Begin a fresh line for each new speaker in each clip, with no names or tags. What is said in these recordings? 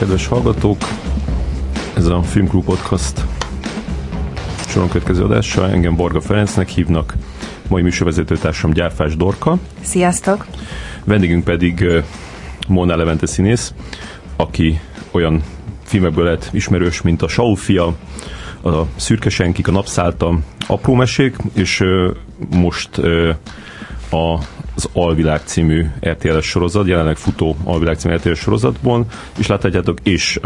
kedves hallgatók! Ez a Filmklub Podcast soron következő adással. Engem Borga Ferencnek hívnak, mai műsorvezetőtársam Gyárfás Dorka.
Sziasztok!
Vendégünk pedig Molnár Levente színész, aki olyan filmekből lett ismerős, mint a Saul fia, a Szürke senkik, a Napszálta, Apró mesék, és most az Alvilág című RTL-es sorozat, jelenleg futó Alvilág című RTL-es sorozatból is láthatjátok, és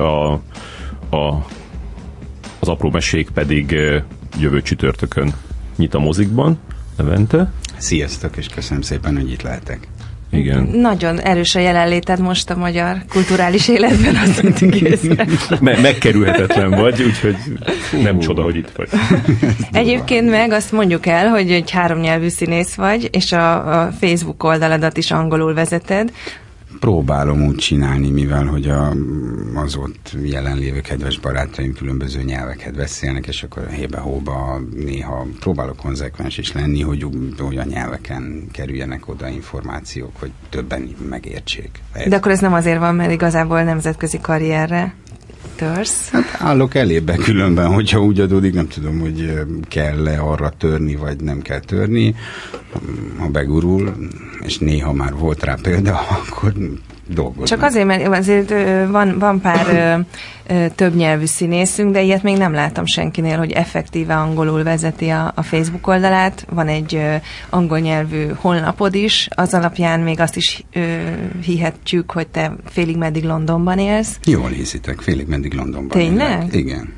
az Apró mesék pedig jövő csütörtökön nyit a mozikban. Levente.
Sziasztok, és köszönöm szépen, hogy itt lehetek.
Igen.
Nagyon erős a jelenléted most a magyar kulturális életben, azt mondjuk észre.
Megkerülhetetlen vagy, úgyhogy nem csoda, hogy itt vagy.
Egyébként meg azt mondjuk el, hogy egy 3 nyelvű színész vagy, és a Facebook oldaladat is angolul vezeted.
Próbálom úgy csinálni, mivel hogy az ott jelenlévő kedves barátaim különböző nyelveket beszélnek, és akkor hébe-hóba néha próbálok konzekvens is lenni, hogy olyan nyelveken kerüljenek oda információk, hogy többen megértsék.
De akkor ez nem azért van, mert igazából nemzetközi karrierre törsz?
Hát állok elébe különben, hogyha úgy adódik, nem tudom, hogy kell-e arra törni, vagy nem kell törni. Ha begurul, és néha már volt rá példa, akkor dolgozom.
Csak azért, mert azért van pár többnyelvű színészünk, de ilyet még nem láttam senkinél, hogy effektíve angolul vezeti a Facebook oldalát. Van egy angol nyelvű honlapod is, az alapján még azt is hihetjük, hogy te félig meddig Londonban élsz.
Jól hiszitek, félig meddig Londonban
Tényleg?
élek. Igen.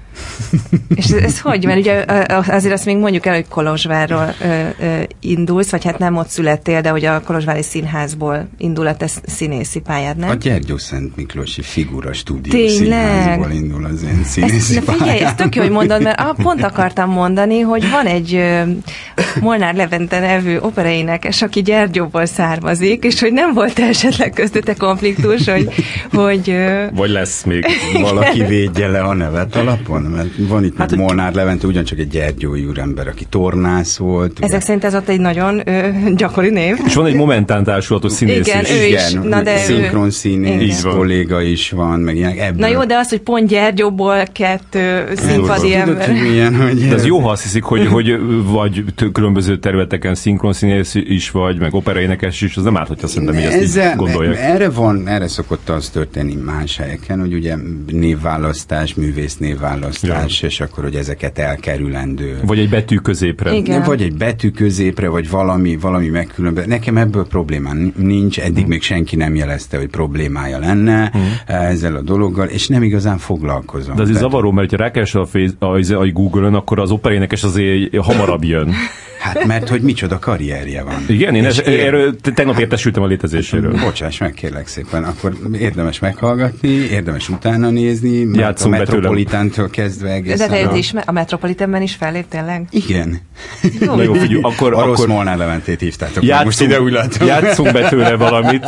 És ez hogy? Mert ugye azért azt még mondjuk el, hogy Kolozsvárról indulsz, vagy hát nem ott születtél, de hogy a Kolozsvári Színházból indul a te színészi pályád, nem?
A Gyergyó Szent Miklósi Figura Stúdió Színházból indul az én színészi pályám.
Figyelj, ezt tök jó, hogy mondod, mert pont akartam mondani, hogy van egy Molnár Levente nevű operaénekes, aki Gyergyóból származik, és hogy nem volt esetleg köztete konfliktus, hogy
vagy lesz még.
Valaki védje le a nevet alapon? Mert van itt hát, Molnár Levente, ugyancsak egy gyergyói úrember, aki tornász volt.
Ezek ugye? Szerint ez ott egy nagyon gyakori név.
És van egy Momentán társulatos színész
igen,
is.
Ő is.
Igen,
Na de
szinkron színész kolléga is van, meg ilyenek. Ebből...
Na jó, de az, hogy pont Gyergyóból 2 színpadi ember.
Tudod, hogy milyen, hogy
de az jó, ha azt hiszik, hogy vagy különböző területeken szinkron színész is vagy, meg operaénekes is, az nem árt, hogyha szerintem így ezt így gondolják.
Erre szokott az történni más helyeken, hogy ugye névválasztás, művész névválasztás, és akkor, hogy ezeket elkerülendő.
Vagy egy betű középre.
Igen.
Vagy egy betű középre, vagy valami megkülönböző. Nekem ebből problémám nincs, eddig még senki nem jelezte, hogy problémája lenne ezzel a dologgal, és nem igazán foglalkozom.
De az is zavaró, mert ha rákeresel a Google-ön, akkor az operaénekes azért hamarabb jön.
Hát mert hogy micsoda karrierje van.
Igen, én erről tegnap értesültem a létezéséről.
Bocsáss meg, kérlek szépen, akkor érdemes meghallgatni, érdemes utána nézni,
mert
a Metropolitántól kezdve egészen.
De te is a Metropolitanben is fellép tényleg?
Igen.
Na jó, figyelj,
a rossz Molnár Leventét hívtátok.
Most ide úgy látom. Játsszunk be tőle valamit.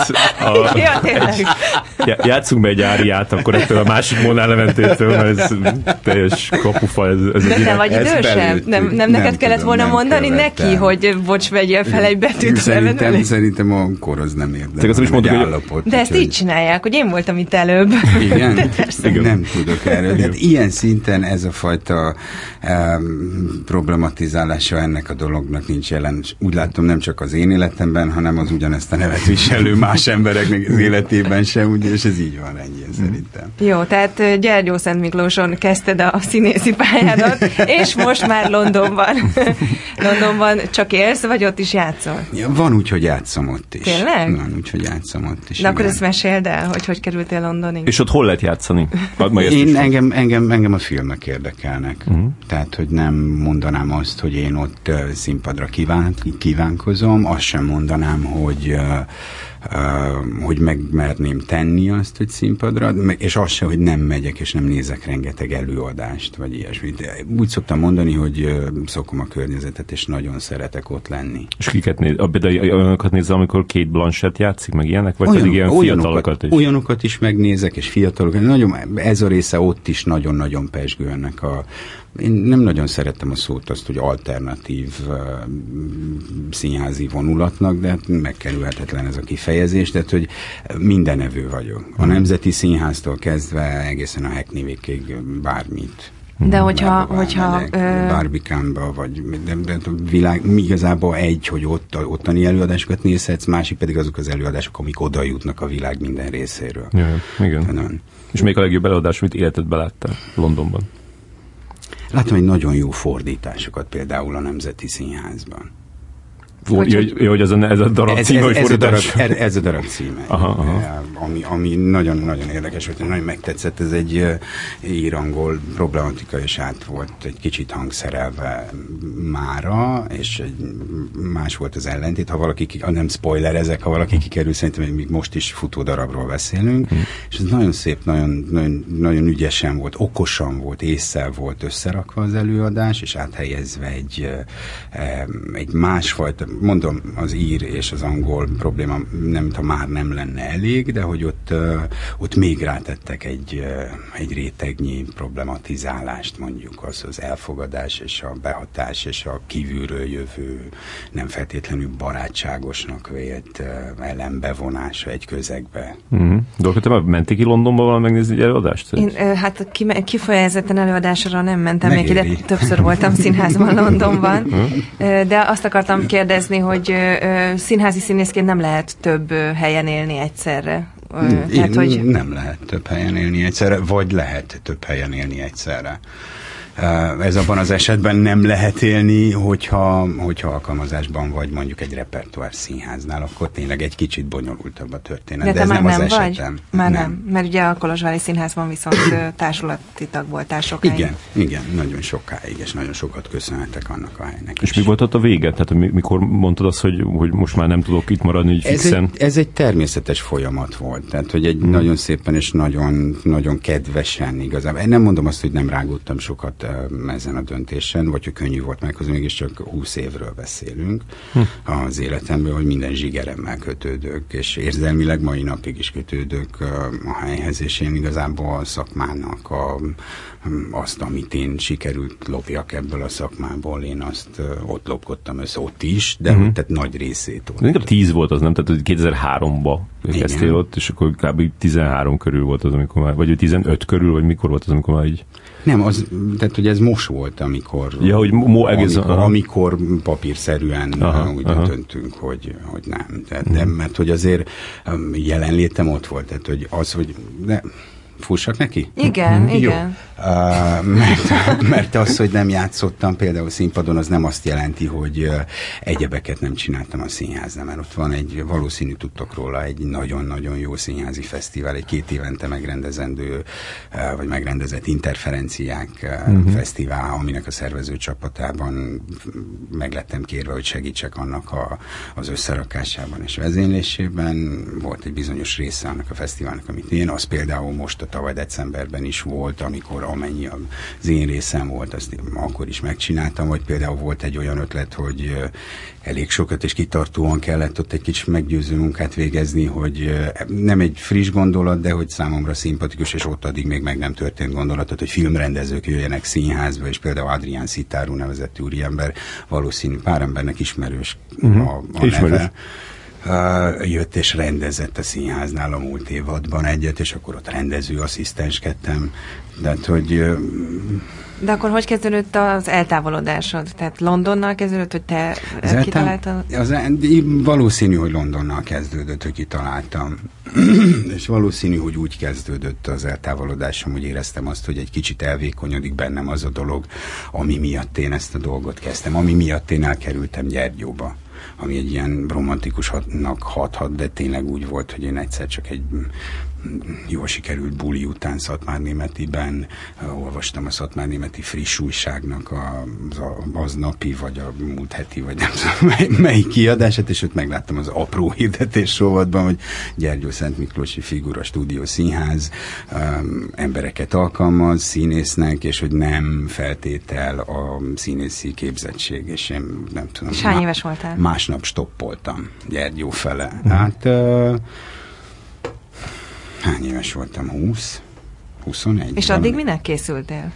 Játsszunk be egy áriát, akkor ettől a másik Molnár Leventétől, mert ez teljes kapufa. Ez
de te vagy idősebb? Nem neked kellett volna mondani neki, hogy bocs, vegyél fel egy betűt.
Szerintem a korhoz nem
érdem.
De ezt így csinálják, hogy én voltam itt előbb.
Igen? Nem tudok erről. De ilyen szinten ez a fajta problematizálása ennek a dolognak nincs jelen. Úgy látom, nem csak az én életemben, hanem az ugyanezt a nevet viselő más embereknek az életében sem, ugye, és ez így van ennyi szerintem.
Jó, tehát Gyergyó Szent Miklóson kezdted a színészi pályádat, és most már Londonban. Londonban csak élsz, vagy ott is játszol?
Ja, van úgy, hogy játszom ott is.
Tényleg?
Van úgy, hogy játszom ott is.
De akkor ezt meséld el, hogy kerültél Londonig.
És ott hol lehet játszani?
Engem a filmek érdekelnek. Tehát, hogy nem mondanám azt, hogy én ott színpadra kívánkozom, azt sem mondanám, hogy megmerném tenni azt, hogy színpadra, és az se, hogy nem megyek, és nem nézek rengeteg előadást, vagy ilyesmit. Úgy szoktam mondani, hogy szokom a környezetet, és nagyon szeretek ott lenni.
És kiket olyanokat nézel, amikor Kate Blanchett játszik, meg ilyenek? Vagy pedig ilyen fiatalokat is?
Olyanokat is megnézek, és fiatalokat. Nagyon, ez a része ott is nagyon-nagyon pezsgő ennek én nem nagyon szerettem a szót azt, hogy alternatív színházi vonulatnak, de hát megkerülhetetlen ez a kifejezés, de hogy mindenevő vagyok. A Nemzeti Színháztól kezdve egészen a Hackney-ig bármit.
De hogyha
Barbicánba, vagy de világ, igazából hogy ottani előadásokat nézhetsz, másik pedig azok az előadások, amik oda jutnak a világ minden részéről.
Ja, igen. És még a legjobb előadás, amit életedben láttál Londonban?
Láttam egy nagyon jó fordításokat például a Nemzeti Színházban.
Hogy ez a darab címe, hogy fordítás?
Ez a darab címe. Ami nagyon-nagyon érdekes volt, nagyon megtetszett. Ez egy ír-angol problematika, és át volt egy kicsit hangszerelve mára, és más volt az ellentét. Ha valaki, nem spoilerezek, ha valaki kikerül, szerintem még most is futó darabról beszélünk, és ez nagyon szép, nagyon ügyesen volt, okosan volt, ésszel volt összerakva az előadás, és áthelyezve egy másfajta, mondom, az ír és az angol probléma nem, mintha már nem lenne elég, de hogy ott még rátettek egy rétegnyi problematizálást, mondjuk az elfogadás és a behatás és a kívülről jövő, nem feltétlenül barátságosnak vélt ellenbevonása egy közegbe.
Dolgokat, te mentél ki Londonba valami megnézni egy előadást?
Én kifejezetten előadásra nem mentem még ide, többször voltam színházban Londonban, de azt akartam kérdezni, hogy színházi színészként nem lehet több helyen élni egyszerre.
Nem lehet több helyen élni egyszerre, vagy lehet több helyen élni egyszerre. Ez abban az esetben nem lehet élni, hogyha alkalmazásban vagy mondjuk egy repertoár színháznál, akkor tényleg egy kicsit bonyolultabb a történet.
De ez nem az esetem. Már nem. Mert ugye a Kolozsvári Színházban viszont társulati tag voltál sokáig.
Igen, nagyon sokáig, és nagyon sokat köszönhetek annak a helynek.
És mi volt ott a vége? Tehát mikor mondtad azt, hogy most már nem tudok itt maradni így fixen?
Ez egy természetes folyamat volt. Tehát, hogy egy nagyon szépen és nagyon, nagyon kedvesen igazából. Én nem mondom azt, hogy nem rágódtam sokat ezen a döntésen, vagy hogy könnyű volt meghozni, mégiscsak 20 évről beszélünk az életemben, hogy minden zsigeremmel kötődök, és érzelmileg mai napig is kötődök a helyhez, és én igazából a szakmának azt, amit én sikerült lopjak ebből a szakmából, én azt ott lopkodtam össze, ott is, de tehát nagy részét ott.
Inkább 10 volt az, nem? Tehát 2003-ba kezdtél ott, és akkor kb. 13 körül volt az, amikor már, vagy 15 körül, vagy mikor volt az, amikor már így...
Nem, tehát hogy ez most volt, amikor amikor papírszerűen úgy döntöttünk, hogy nem. Tehát, mert hogy azért jelenlétem ott volt, tehát hogy az, hogy... Fussak neki?
Igen.
Mert az, hogy nem játszottam például színpadon, az nem azt jelenti, hogy egyebeket nem csináltam a színháznál, mert ott van valószínű tudtok róla, egy nagyon-nagyon jó színházi fesztivál, egy 2 évente megrendezendő, vagy megrendezett interferenciák fesztivál, aminek a szervező csapatában meglettem kérve, hogy segítsek annak az összerakásában és vezénylésében. Volt egy bizonyos része annak a fesztiválnak, amit én, az például most tavaly decemberben is volt, amikor amennyi az én részem volt, azt akkor is megcsináltam, vagy például volt egy olyan ötlet, hogy elég sokat és kitartóan kellett ott egy kicsit meggyőző munkát végezni, hogy nem egy friss gondolat, de hogy számomra szimpatikus, és ott addig még meg nem történt gondolatot, hogy filmrendezők jöjjenek színházba, és például Adrián Szitárú nevezetű úriember, valószínű pár embernek ismerős a neve. Jött és rendezett a színháznál a múlt évadban egyet, és akkor ott rendezőasszisztenskedtem. De
akkor hogy kezdődött az eltávolodásod? Tehát Londonnal kezdődött, hogy te kitaláltad?
Valószínű, hogy Londonnal kezdődött, hogy kitaláltam. És valószínű, hogy úgy kezdődött az eltávolodásom, hogy éreztem azt, hogy egy kicsit elvékonyodik bennem az a dolog, ami miatt én ezt a dolgot kezdtem, ami miatt én elkerültem Gyergyóba, ami egy ilyen romantikusnak hathat, de tényleg úgy volt, hogy én egyszer csak egy jól sikerült buli után Szatmárnémetiben, olvastam a Szatmárnémeti Friss újságnak az napi, vagy a múlt heti, vagy nem tudom melyik kiadását, és ott megláttam az apró hirdetés rovatban, hogy Gyergyó Szent Miklósi Figura Stúdió Színház embereket alkalmaz színésznek, és hogy nem feltétel a színészi képzettség, és én nem tudom.
És hány éves voltál?
Másnap stoppoltam Gyergyó fele. Hát hány éves voltam? 20? 21?
És addig minek készültél?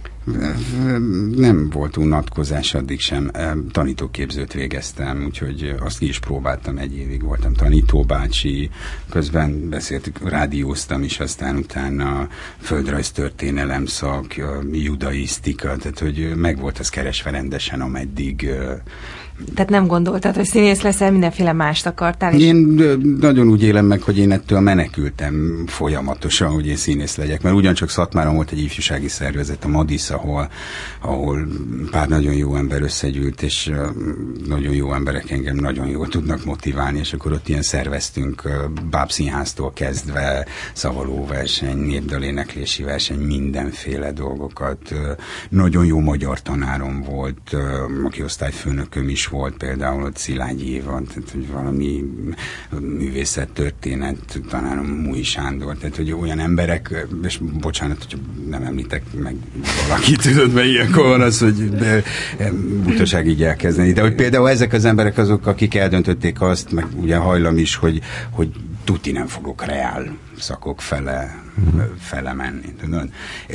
Nem volt unatkozás addig sem. Tanítóképzőt végeztem, úgyhogy azt ki is próbáltam, 1 évig voltam tanítóbácsi, közben beszéltük, rádióztam is, aztán utána földrajztörténelem szak, judaisztika, tehát hogy meg volt az keresve rendesen, ameddig.
Tehát nem gondoltad, hogy színész leszel, mindenféle mást akartál?
Én nagyon úgy élem meg, hogy én ettől menekültem folyamatosan, hogy én színész legyek, mert ugyancsak Szatmáron volt egy ifjúsági szervezet, a Madisz, ahol pár nagyon jó ember összegyűlt, és nagyon jó emberek engem nagyon jól tudnak motiválni, és akkor ott ilyen szerveztünk bábszínháztól kezdve szavalóverseny, népdaléneklési verseny, mindenféle dolgokat. Nagyon jó magyar tanárom volt, aki osztályfőnököm is volt, például ott Szilágyi Éva, tehát hogy valami művészettörténet tanárom Múj Sándor, tehát hogy olyan emberek, és bocsánat, hogy nem említek meg valaki, tudod, mert ilyenkor van az, hogy butaság így elkezdeni, de hogy például ezek az emberek azok, akik eldöntötték azt, meg ugye hajlam is, hogy tuti nem fogok reál szakok fele menni, tudod?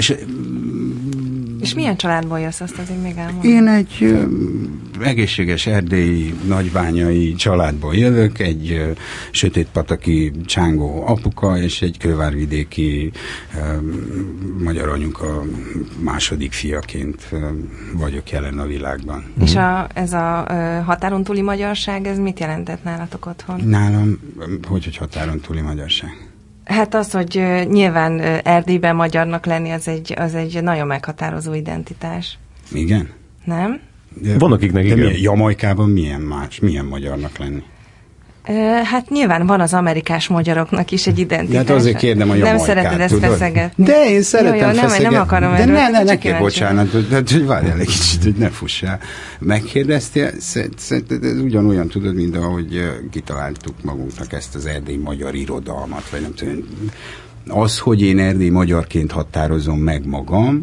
És
milyen családból jössz, azt azért még elmondom?
Én egy egészséges erdélyi, nagybányai családból jövök, egy sötétpataki csángó apuka, és egy kővárvidéki magyar anyuka második fiaként vagyok jelen a világban.
És ez a határon túli magyarság, ez mit jelentett nálatok otthon?
Nálam, hogy határon túli magyarság?
Hát az, hogy nyilván Erdélyben magyarnak lenni, az egy nagyon meghatározó identitás.
Igen?
Nem?
Van akiknek igen.
Jamaikában milyen magyarnak lenni?
Hát nyilván van az amerikás magyaroknak is egy identitás.
Hát azért kérdem a jamaikát,
nem szereted ezt feszegetni.
De én szeretem feszegetni.
Nem akarom
erről. De ne
kérd,
bocsánat, hogy várjál egy kicsit, hogy ne fussál. Megkérdeztél, szerinted ez ugyanolyan, tudod, mint ahogy kitaláltuk magunknak ezt az erdélyi magyar irodalmat, vagy nem tudom. Az, hogy én erdélyi magyarként határozom meg magam,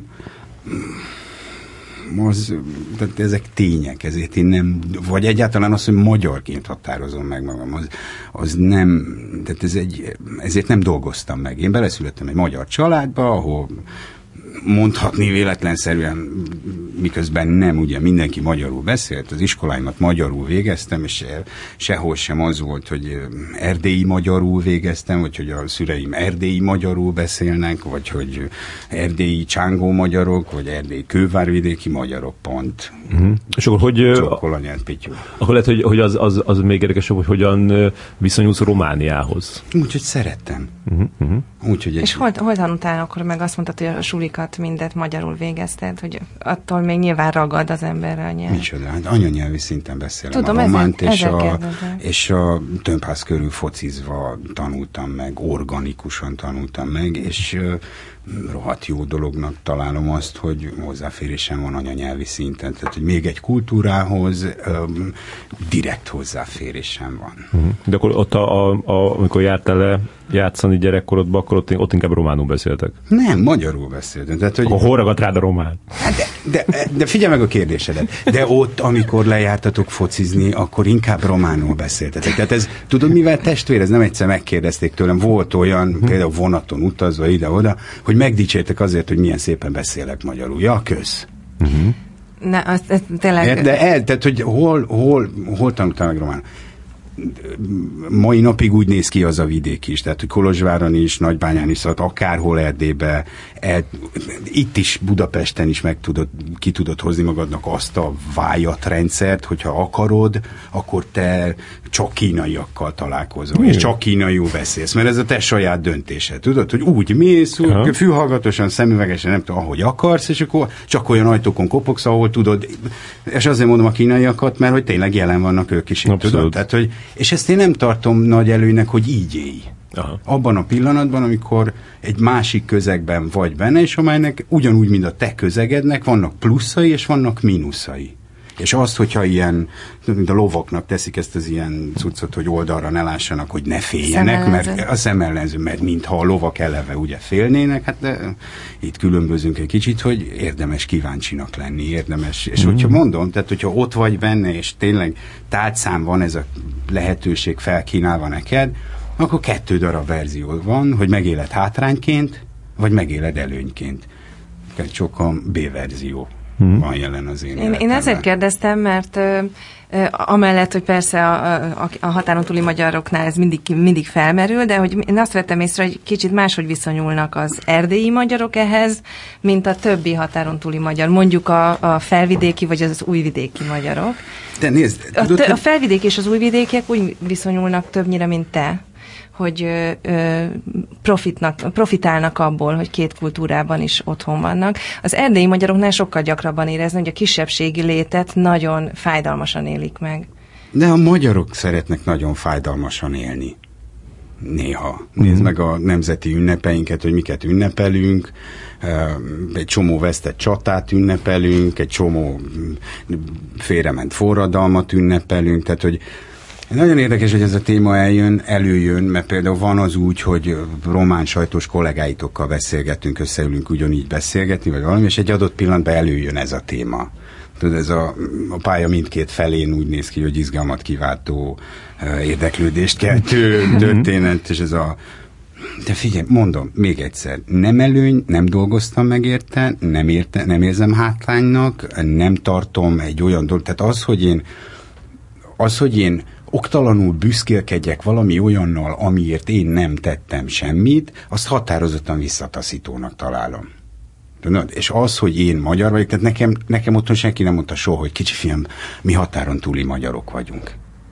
tehát ezek tények, ezért én nem, vagy egyáltalán az, hogy magyarként határozom meg magam, az nem, tehát ezért nem dolgoztam meg. Én beleszülettem egy magyar családba, ahol mondhatni véletlenszerűen, miközben nem, ugye mindenki magyarul beszélt, az iskoláimat magyarul végeztem, és sehol sem az volt, hogy erdélyi magyarul végeztem, vagy hogy a szüleim erdélyi magyarul beszélnek, vagy hogy erdélyi csángó magyarok, vagy erdélyi kővárvidéki magyarok, pont.
És akkor hogy... Akkor lehet, hogy az még érdekesebb, hogy hogyan viszonyulsz Romániához.
Úgyhogy szerettem.
És hol tanultál akkor, meg azt mondtad, hogy a sulikat mindet magyarul végezted, hogy attól még nyilván ragad az emberre a nyelv.
Micsoda, hát anyanyelvi szinten beszélem.
Tudom,
a románt,
és
a tömbház körül focizva tanultam meg, organikusan tanultam meg, és rohadt jó dolognak találom azt, hogy hozzáférésem van anyanyelvi szinten, tehát hogy még egy kultúrához direkt hozzáférésem van.
De akkor ott, amikor jártál le játszani gyerekkorodban, akkor ott inkább románul beszéltek?
Nem, magyarul beszéltem. Tehát, hogy...
Akkor hol ragadt rád a román?
De figyelj meg a kérdésedet. De ott, amikor lejártatok focizni, akkor inkább románul beszéltetek. Tehát ez, tudod, mivel testvér, ez nem egyszer megkérdezték tőlem, volt olyan, például vonaton utazva ide-oda, hogy megdicsértek azért, hogy milyen szépen beszélek magyarul. Ja, kösz.
Ne, az tényleg...
Tehát, hogy hol tanultál meg románul? Mai napig úgy néz ki az a vidék is, tehát hogy Kolozsváron is, Nagybányán is, szóval akárhol Erdélybe, itt is Budapesten is ki tudod hozni magadnak azt a vájatrendszert, hogyha akarod, akkor te csak kínaiakkal találkozol, és csak kínaiul beszélsz, mert ez a te saját döntésed, tudod, hogy úgy mész, úgy fülhallgatosan, szemüvegesen, nem tudom, ahogy akarsz, és akkor csak olyan ajtókon kopogsz, ahol tudod, és azért mondom a kínaiakat, mert hogy tényleg jelen vannak ők is, tudod, tehát, hogy és ezt én nem tartom nagy előnynek, hogy így élj.
Aha.
Abban a pillanatban, amikor egy másik közegben vagy benne, és amelynek ugyanúgy, mint a te közegednek, vannak pluszai, és vannak mínuszai. És azt, hogyha ilyen, mint a lovaknak teszik ezt az ilyen cuccot, hogy oldalra ne lássanak, hogy ne féljenek, mert a szemellenző, mert mintha a lovak eleve ugye félnének, hát de itt különbözünk egy kicsit, hogy érdemes kíváncsinak lenni, érdemes, és hogyha mondom, tehát hogyha ott vagy benne, és tényleg tárcán van ez a lehetőség felkínálva neked, akkor 2 darab verzió van, hogy megéled hátrányként, vagy megéled előnyként. Sokkal B-verzió van jelen az én
Én ezért kérdeztem, mert amellett, hogy persze a határon túli magyaroknál ez mindig felmerül, de hogy én azt vettem észre, hogy kicsit máshogy viszonyulnak az erdélyi magyarok ehhez, mint a többi határon túli magyar, mondjuk a felvidéki vagy az újvidéki magyarok.
De nézd,
a felvidéki és az újvidékiek úgy viszonyulnak többnyire, mint te, hogy profitálnak abból, hogy 2 kultúrában is otthon vannak. Az erdélyi magyaroknál sokkal gyakrabban érezni, hogy a kisebbségi létet nagyon fájdalmasan élik meg.
De a magyarok szeretnek nagyon fájdalmasan élni. Néha. Nézd meg a nemzeti ünnepeinket, hogy miket ünnepelünk, egy csomó vesztett csatát ünnepelünk, egy csomó félrement forradalmat ünnepelünk, tehát hogy nagyon érdekes, hogy ez a téma előjön, mert például van az úgy, hogy román sajtós kollégáitokkal beszélgetünk, összeülünk ugyanígy beszélgetni, vagy valami, és egy adott pillanatban előjön ez a téma. Tudod, ez a pálya mindkét felén úgy néz ki, hogy izgalmat kiváltó, érdeklődést keltő történet, és ez a... De figyelj, mondom, még egyszer, nem előny, nem dolgoztam meg érte, nem érzem hátránynak, nem tartom egy olyan dolgot, tehát az, hogy én oktalanul büszkélkedjek valami olyannal, amiért én nem tettem semmit, azt határozottan visszataszítónak találom. Tudod? És az, hogy én magyar vagyok, tehát nekem otthon senki nem mondta soha, hogy kicsi fiam, mi határon túli magyarok vagyunk.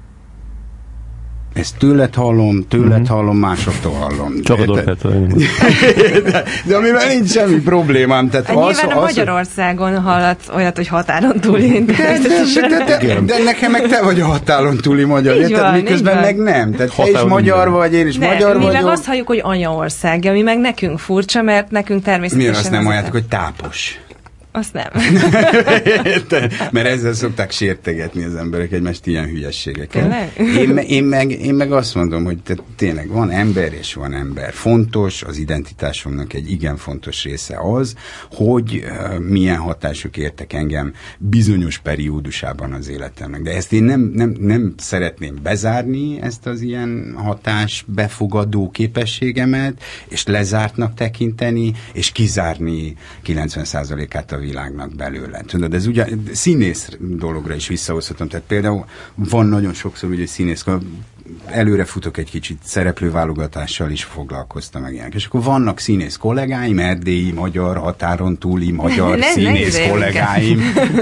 Ezt tőled hallom, másoktól hallom.
Csak a dolgától.
De amivel nincs semmi problémám. Tehát
nyilván a Magyarországon hallatsz olyat, hogy határon túli.
De nekem meg te vagy a határon túli magyar.
Így van,
miközben meg nem. Tehát te is magyar vagy, én is magyar vagyok.
Mi meg azt halljuk, hogy anyaország, ami meg nekünk furcsa, mert nekünk természetesen...
Miért azt nem halljátok, hogy tápos?
Azt nem.
Mert ezzel szokták sértegetni az emberek egymást ilyen hülyességeket. Én meg azt mondom, hogy tényleg van ember és van ember. Fontos, az identitásomnak egy igen fontos része az, hogy milyen hatások értek engem bizonyos periódusában az életemnek. De ezt én nem szeretném bezárni, ezt az ilyen hatás befogadó képességemet, és lezártnak tekinteni, és kizárni 90%-át a világnak belőle. Tudod, ez ugye színész dologra is visszahozhatom. Tehát például van nagyon sokszor, ugye színész, előre futok egy kicsit, szereplőválogatással is foglalkoztam meg ilyenek. És akkor vannak színész kollégáim, erdélyi, magyar, határon túli magyar színész kollégáim,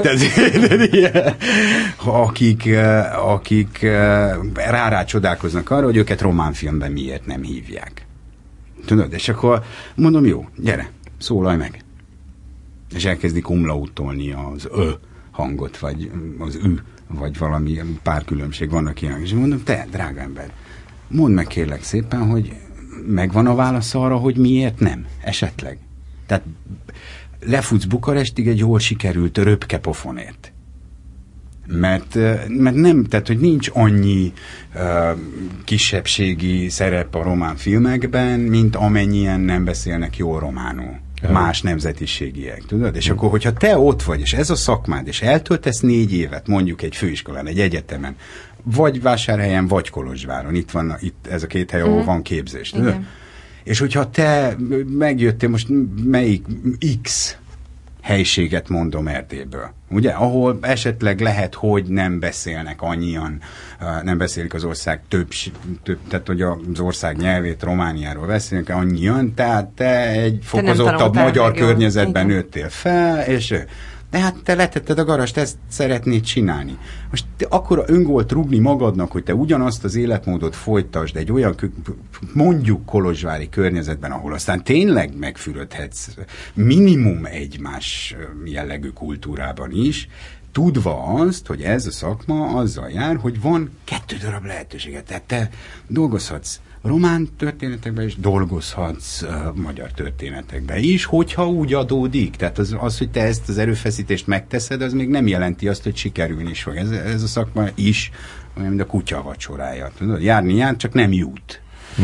akik rá csodálkoznak arra, hogy őket román filmben miért nem hívják. Tudod, és akkor mondom, jó, gyere, szólalj meg. És elkezdik umlautolni az hangot, vagy az vagy valami pár különbség vannak ilyen. És mondom, te, drága ember, mondd meg kérlek szépen, hogy megvan a válasz arra, hogy miért nem, esetleg. Tehát lefutsz Bukarestig egy jól sikerült röpke pofonért. Mert nem, tehát, hogy nincs annyi kisebbségi szerep a román filmekben, mint amennyien nem beszélnek jól románul. Más nemzetiségiek, tudod? És akkor, hogyha te ott vagy, és ez a szakmád, és eltöltesz 4 évet, mondjuk egy főiskolán, egy egyetemen, vagy Vásárhelyen, vagy Kolozsváron, itt ez a 2 hely, ahol van képzés, tudod? Igen. És hogyha te megjöttél, most melyik X helységet mondom Erdélyből, ugye? Ahol esetleg lehet, hogy nem beszélnek annyian, nem beszélik az ország több, tehát hogy az ország nyelvét Romániáról beszélnek annyian, tehát te egy fokozottabb magyar környezetben nőttél fel, és de hát te letetted a garast, ezt szeretnéd csinálni. Most te akkora öngolt rúgni magadnak, hogy te ugyanazt az életmódot folytasd egy olyan, mondjuk kolozsvári környezetben, ahol aztán tényleg megfürödhetsz minimum egymás jellegű kultúrában is, tudva azt, hogy ez a szakma azzal jár, hogy van 2 darab lehetőséget. Tehát te dolgozhatsz román történetekben is, dolgozhatsz magyar történetekben is, hogyha úgy adódik. Tehát az, hogy te ezt az erőfeszítést megteszed, az még nem jelenti azt, hogy sikerülni is fog. Ez a szakma is olyan, mint a kutya vacsorája. Tudod? Járni jár, csak nem jut.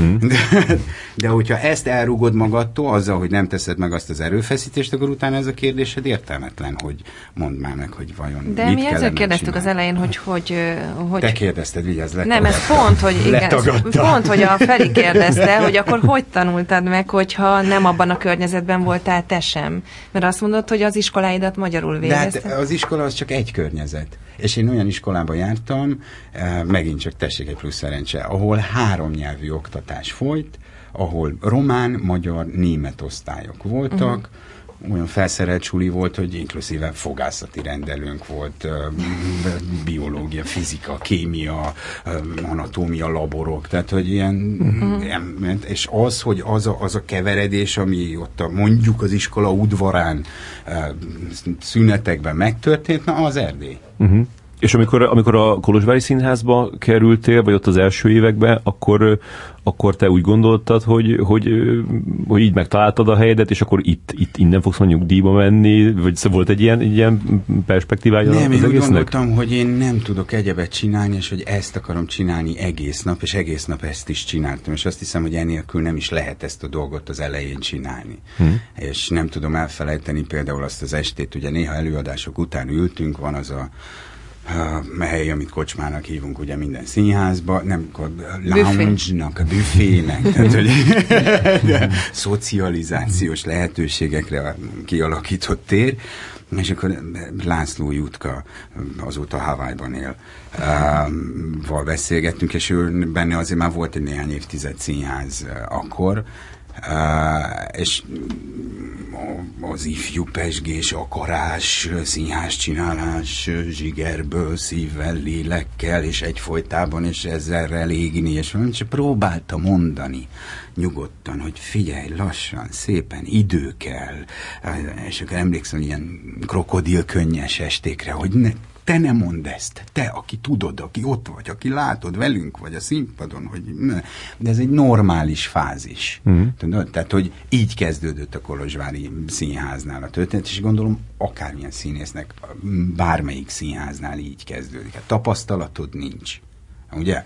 De hogyha ezt elrugod magadtól, azzal, hogy nem teszed meg azt az erőfeszítést, akkor utána ez a kérdésed értelmetlen, hogy mondd már meg, hogy vajon
de
mit
mi ezzel kérdeztük
csinálni.
az elején, hogy
Te kérdezted, vigyázz,
nem, ez pont, hogy igen, pont, hogy a Feri kérdezte, hogy akkor hogy tanultad meg, hogyha nem abban a környezetben voltál te sem? Mert azt mondod, hogy az iskoláidat magyarul végezted.
De hát az iskola az csak egy környezet. És én olyan iskolába jártam, megint csak tessék egy plusz szerencse, ahol 3 nyelvű oktatás folyt, ahol román, magyar, német osztályok voltak, olyan felszerelt suli volt, hogy inkluszíve fogászati rendelőnk volt, biológia, fizika, kémia, anatómia laborok, tehát hogy ilyen, és az, hogy az a keveredés, ami ott mondjuk az iskola udvarán szünetekben megtörtént, na az Erdély.
És amikor a Kolozsvári Színházba kerültél, vagy ott az első években, akkor te úgy gondoltad, hogy így megtaláltad a helyedet, és akkor innen fogsz mondjuk nyugdíjba menni, vagy volt egy ilyen perspektívája az egésznek?
Nem, én úgy gondoltam, hogy én nem tudok egyebet csinálni, és hogy ezt akarom csinálni egész nap, és egész nap ezt is csináltam, és azt hiszem, hogy enélkül nem is lehet ezt a dolgot az elején csinálni. És nem tudom elfelejteni például azt az estét, ugye néha előadások után ültünk, van az a hely, amit kocsmának hívunk ugye minden színházba, nem lounge-nak, a büfének, tehát hogy szocializációs lehetőségekre kialakított tér, és akkor László Jutka, azóta Hawaii-ban él, val beszélgettünk, és ő benne azért már volt egy néhány évtized színház akkor, és az ifjú pezsgés, akarás, színház csinálás, zsigerből, szívvel, lélekkel, és egyfolytában, és ezzel égni, és próbálta mondani nyugodtan, hogy figyelj, lassan, szépen, idő kell, és akkor emlékszem ilyen krokodilkönnyes estékre, hogy te ne mondd ezt, te, aki tudod, aki ott vagy, aki látod velünk, vagy a színpadon, hogy de ez egy normális fázis. Tudod? Tehát, hogy így kezdődött a Kolozsvári Színháznál a történet, és gondolom, akármilyen színésznek, bármelyik színháznál így kezdődik. Hát tapasztalatod nincs. Ugye?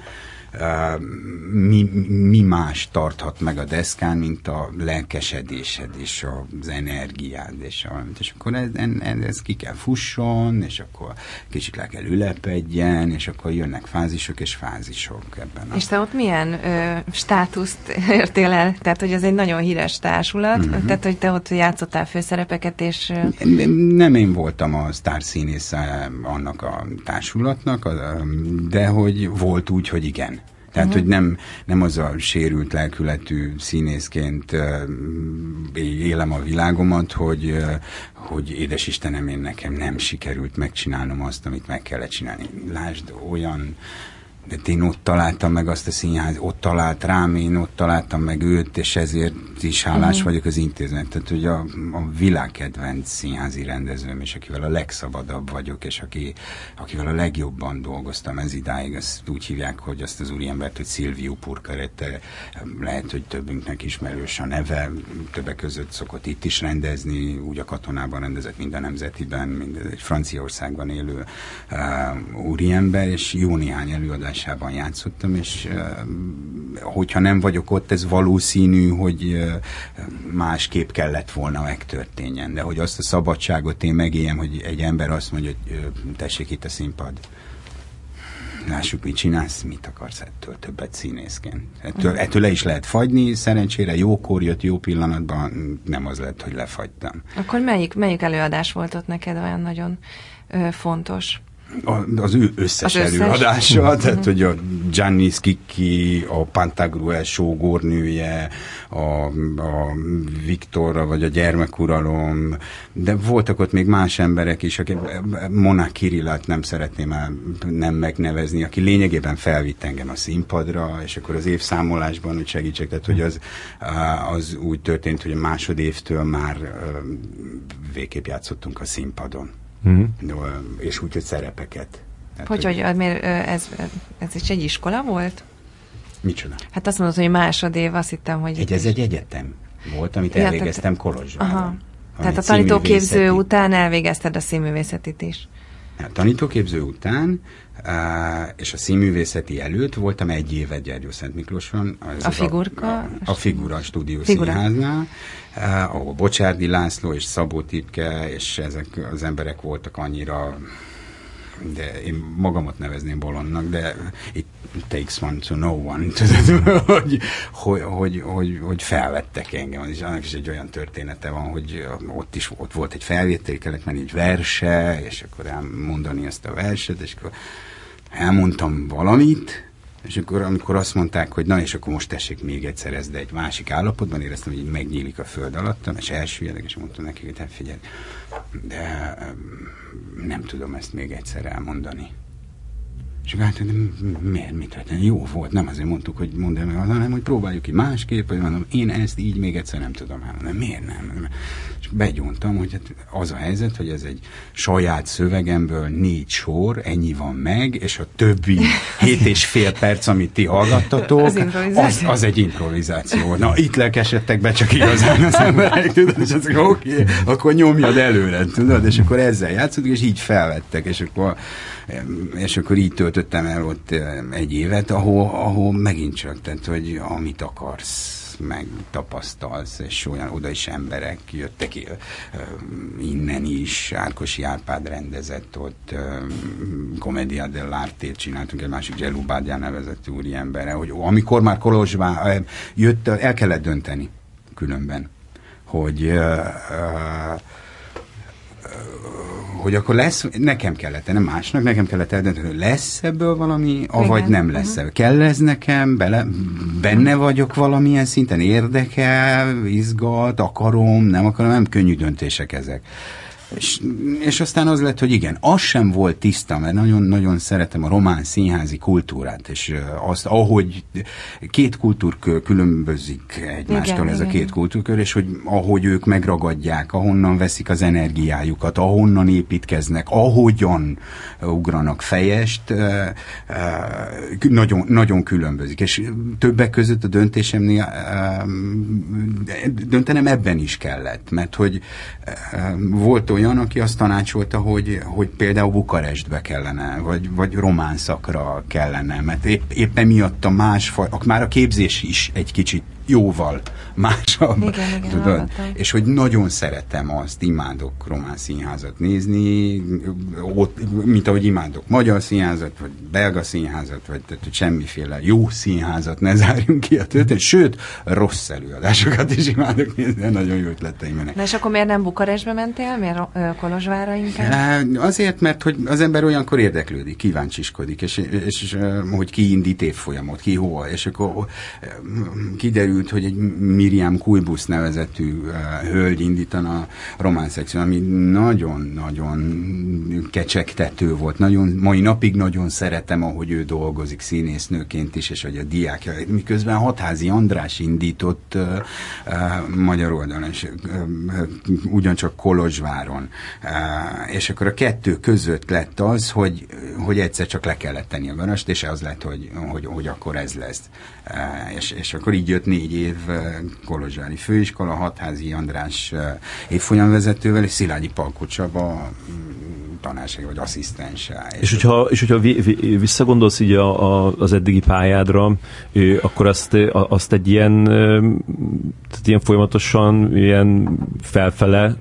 Mi más tarthat meg a deszkán, mint a lelkesedésed és az energiád, és akkor ez ki kell fusson, és akkor kicsit le kell ülepedjen, és akkor jönnek fázisok és fázisok ebben.
És te ott milyen státuszt értél el? Tehát, hogy ez egy nagyon híres társulat, tehát, hogy te ott játszottál főszerepeket, és...
Nem én voltam a sztárszínésze annak a társulatnak, de hogy volt úgy, hogy igen. Tehát, hogy nem az a sérült lelkületű színészként élem a világomat, hogy édes Istenem, nekem nem sikerült megcsinálnom azt, amit meg kellett csinálni. Lásd, olyan... De én ott találtam meg azt a színház, ott talált rám, én ott találtam meg őt, és ezért is hálás vagyok az intézményt. Tehát, hogy a világkedvenc színházi rendezőm, és akivel a legszabadabb vagyok, és akivel a legjobban dolgoztam ez idáig, azt úgy hívják, hogy azt az úriembert, hogy Silviu Purcarette, lehet, hogy többünknek ismerős a neve, többek között szokott itt is rendezni, úgy a Katonában rendezett, mind a Nemzetiben, mind egy Franciaországban élő úriember, és jó néhány előadás játszottam, és hogyha nem vagyok ott, ez valószínű, hogy másképp kellett volna megtörténjen. De hogy azt a szabadságot én megéljem, hogy egy ember azt mondja, hogy tessék itt a színpad. Lássuk, mit csinálsz, mit akarsz ettől többet színészként. Ettől le is lehet fagyni, szerencsére jókor jött, jó pillanatban, nem az lett, hogy lefagytam.
Akkor melyik előadás volt ott neked olyan nagyon fontos?
Az ő összes előadása, tehát hogy a Gianni Schicchi, a Pantagruel sógornője, a Viktorra, vagy a Gyermekuralom, de voltak ott még más emberek is, akik Mona Kirillát nem szeretném nem megnevezni, aki lényegében felvitt engem a színpadra, és akkor az évszámolásban, hogy segítsek, tehát hogy az úgy történt, hogy a másodévtől már végképp játszottunk a színpadon. És úgy, hogy szerepeket.
Hogy ez egy iskola volt?
Micsoda?
Hát azt mondod, hogy másodév, azt hittem, hogy...
Ez egy egyetem volt, amit elvégeztem Kolozsváron.
Tehát a tanítóképző után elvégezted a színművészetit is.
A tanítóképző után és a színművészeti előtt voltam egy évet Gyergyószent Miklóson.
A Figurka?
A Figura Stúdió Színháznál, ahol Bocsárdi László és Szabó Tipke, és ezek az emberek voltak annyira, de én magamat nevezném bolondnak, de it takes one to know one, tudod, hogy felvettek engem, és annak is egy olyan története van, hogy ott volt egy felvétel, kellett menni egy verse, és akkor elmondani ezt a verset, és akkor elmondtam valamit, és akkor amikor azt mondták, hogy na, és akkor most tessék még egyszer ezt, de egy másik állapotban éreztem, hogy megnyílik a föld alattam, és elsüllyedek, és mondtam neki, hogy figyelj, de nem tudom ezt még egyszer elmondani. És akkor hát, miért, mit történt? Jó volt, nem azért mondtuk, hogy mondd el meg, hanem hogy próbáljuk ki másképp, hogy mondom, én ezt így még egyszer nem tudom elmondani. Miért nem? És begyóntam, hogy hát az a helyzet, hogy ez egy saját szövegemből 4 sor, ennyi van meg, és a többi 7,5 perc, amit ti hallgattatok, az egy improvizáció. Na, itt lelkesedtek be csak igazán az emberek, tudod, és azt mondja, oké, akkor nyomjad előre, tudod, és akkor ezzel játszottuk, és így felvettek, és akkor így töltöttem el ott egy évet, ahol megint csak, tehát, hogy amit akarsz, meg tapasztalsz, és olyan oda is emberek jöttek innen is, Ákosi Árpád rendezett ott, Commedia dell'arte-t csináltunk egy másik Gelú Bádján nevezetű úriemberre, hogy amikor már Kolozsvár jött, el kellett dönteni különben, hogy akkor lesz, nekem kellett, nem másnak, nekem kellett eldönteni, hogy lesz ebből valami, avagy nem lesz ebből. Kell ez nekem, benne vagyok valamilyen szinten, érdekel, izgat, akarom, nem akarom, nem könnyű döntések ezek. És aztán az lett, hogy igen, az sem volt tiszta, mert nagyon-nagyon szeretem a román színházi kultúrát, és azt, ahogy 2 kultúrkör különbözik egymástól, ez a 2 kultúrkör, és hogy ahogy ők megragadják, ahonnan veszik az energiájukat, ahonnan építkeznek, ahogyan ugranak fejest, nagyon, nagyon különbözik. És többek között a döntésemnél döntenem ebben is kellett, mert hogy volt olyan, aki azt tanácsolta, hogy például Bukarestbe kellene, vagy román szakra kellene, mert éppen miatt már a képzés is egy kicsit jóval másabb.
Igen,
tudod? És hogy nagyon szeretem azt, imádok román színházat nézni, ott, mint ahogy imádok magyar színházat, vagy belga színházat, vagy tehát, hogy semmiféle jó színházat ne zárjunk ki a történet, sőt, rossz előadásokat is imádok nézni, de nagyon jó ötleteim vannak.
Na és akkor miért nem Bukarestbe mentél? Miért Kolozsvárra inkább?
Azért, mert hogy az ember olyankor érdeklődik, kíváncsiskodik, és hogy ki indít évfolyamot, ki hol, és akkor kiderült, hogy egy Miriam Kuibusz nevezetű hölgy indítana a román szekció, ami nagyon-nagyon kecsegtető volt. Mai napig nagyon szeretem, ahogy ő dolgozik színésznőként is, és hogy a diákja, miközben Hatházi András indított magyar oldalon, és ugyancsak Kolozsváron. És akkor a 2 között lett az, hogy egyszer csak le kellett tenni a garast, és az lett, hogy akkor ez lesz. És akkor így jött 4 év kolozsvári főiskola, Hatházi András évfolyamvezetővel, és Szilágyi Palkó Csaba tanársegéd vagy asszisztense. És
hogyha visszagondolsz így az eddigi pályádra, akkor azt egy ilyen folyamatosan ilyen felfele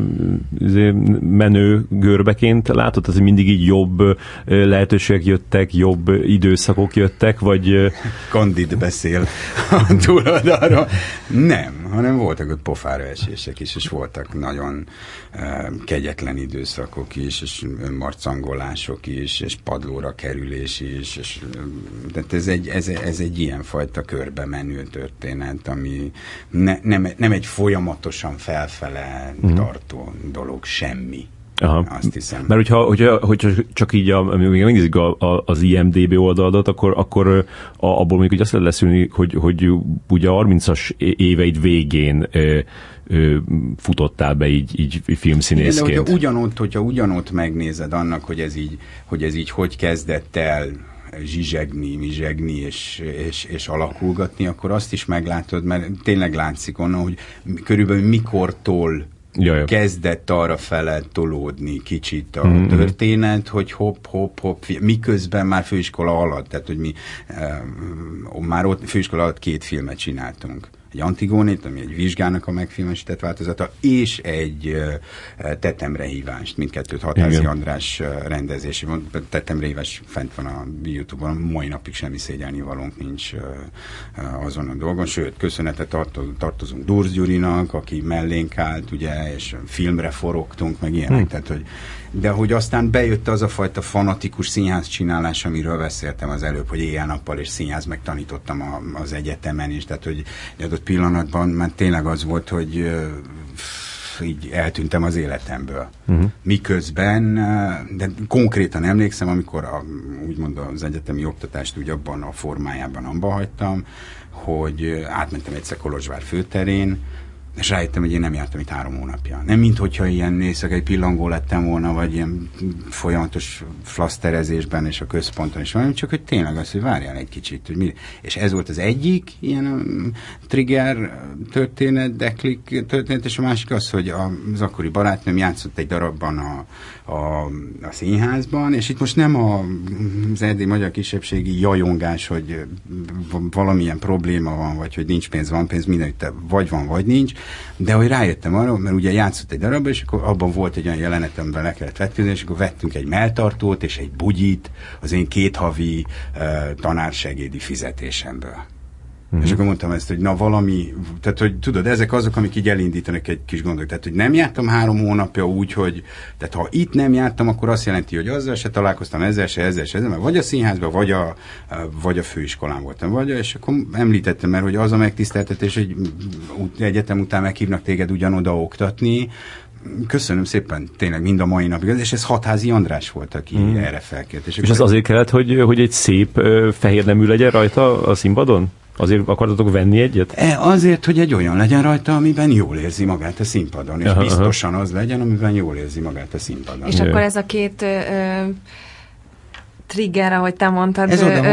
menő görbeként látod? Tehát mindig így jobb lehetőségek jöttek, jobb időszakok jöttek, vagy...
Kandid beszél a túloldalról. Nem, hanem voltak ott pofára esések is, és voltak nagyon kegyetlen időszakok is, és önmarcangolások is, és padlóra kerülés is, és tehát ez egy ilyenfajta körbe menő történet, ami nem egy folyamatosan felfele tartó dolog, semmi. Azt hiszem.
Mert hogyha csak így még megnézzük az IMDb oldaladat, akkor abból még ugye azt lehet leszűrni, hogy ugye a 30-as éveid végén futottál be így filmszínészként.
Igen, de hogyha ugyanott megnézed annak, hogy ez így hogy kezdett el mizsegni és alakulgatni, akkor azt is meglátod, mert tényleg látszik onnan, hogy körülbelül mikortól kezdett arra fele tolódni kicsit a történet, hogy hopp, miközben már főiskola alatt, tehát hogy mi már ott főiskola alatt 2 filmet csináltunk. Egy Antigónét, ami egy vizsgának a megfilmesített változata, és egy Tetemre hívást, mindkettőt Hatházi András rendezési. Tetemre hívás fent van a YouTube-on, mai napig semmi szégyelni valónk nincs azon a dolgon, sőt, köszönetet tartozunk Durz Gyurinak, aki mellénk állt, ugye, és filmre forogtunk, meg ilyenek, tehát, hogy de hogy aztán bejött az a fajta fanatikus színház csinálás, amiről beszéltem az előbb, hogy éjjel-nappal és színház megtanítottam az egyetemen is, tehát hogy adott pillanatban már tényleg az volt, hogy így eltűntem az életemből. Miközben, de konkrétan emlékszem, amikor úgymond az egyetemi oktatást úgy abban a formájában abba hagytam, hogy átmentem egyszer Kolozsvár főterén, és rájöttem, hogy én nem jártam itt 3 hónapja. Nem minthogyha ilyen éjszakai pillangó lettem volna, vagy ilyen folyamatos flaszterezésben és a központon is van, csak hogy tényleg az, hogy várjál egy kicsit. Hogy mi. És ez volt az egyik ilyen trigger történet, deklik történet, és a másik az, hogy az akkori barátnőm játszott egy darabban a színházban, és itt most nem az erdélyi magyar kisebbségi jajongás, hogy valamilyen probléma van, vagy hogy nincs pénz, van pénz, mindenütt vagy van, vagy nincs, de hogy rájöttem arra, mert ugye játszott egy darabban, és akkor abban volt egy olyan jelenet, amiben le kellett vetközni, és akkor vettünk egy melltartót és egy bugyit az én 2 havi tanársegédi fizetésemből. És akkor mondtam ezt, hogy na valami, tehát hogy tudod, ezek azok, amik így elindítanak egy kis gondot. Tehát, hogy nem jártam 3 hónapja úgy, hogy, tehát ha itt nem jártam, akkor azt jelenti, hogy azzal se találkoztam, ezzel se, mert vagy a színházban, vagy a főiskolán voltam, és akkor említettem, mert hogy az a megtiszteltetés, hogy egyetem után meghívnak téged ugyanoda oktatni. Köszönöm szépen, tényleg mind a mai napig, és ez Hatházi András volt, aki erre felkért. És
ez azért kellett, hogy egy szép fehér nemű legyen rajta a színpadon? Azért akartatok venni egyet?
Azért, hogy egy olyan legyen rajta, amiben jól érzi magát a színpadon, és biztosan az legyen, amiben jól érzi magát a színpadon.
És akkor ez a 2 trigger, ahogy te mondtad,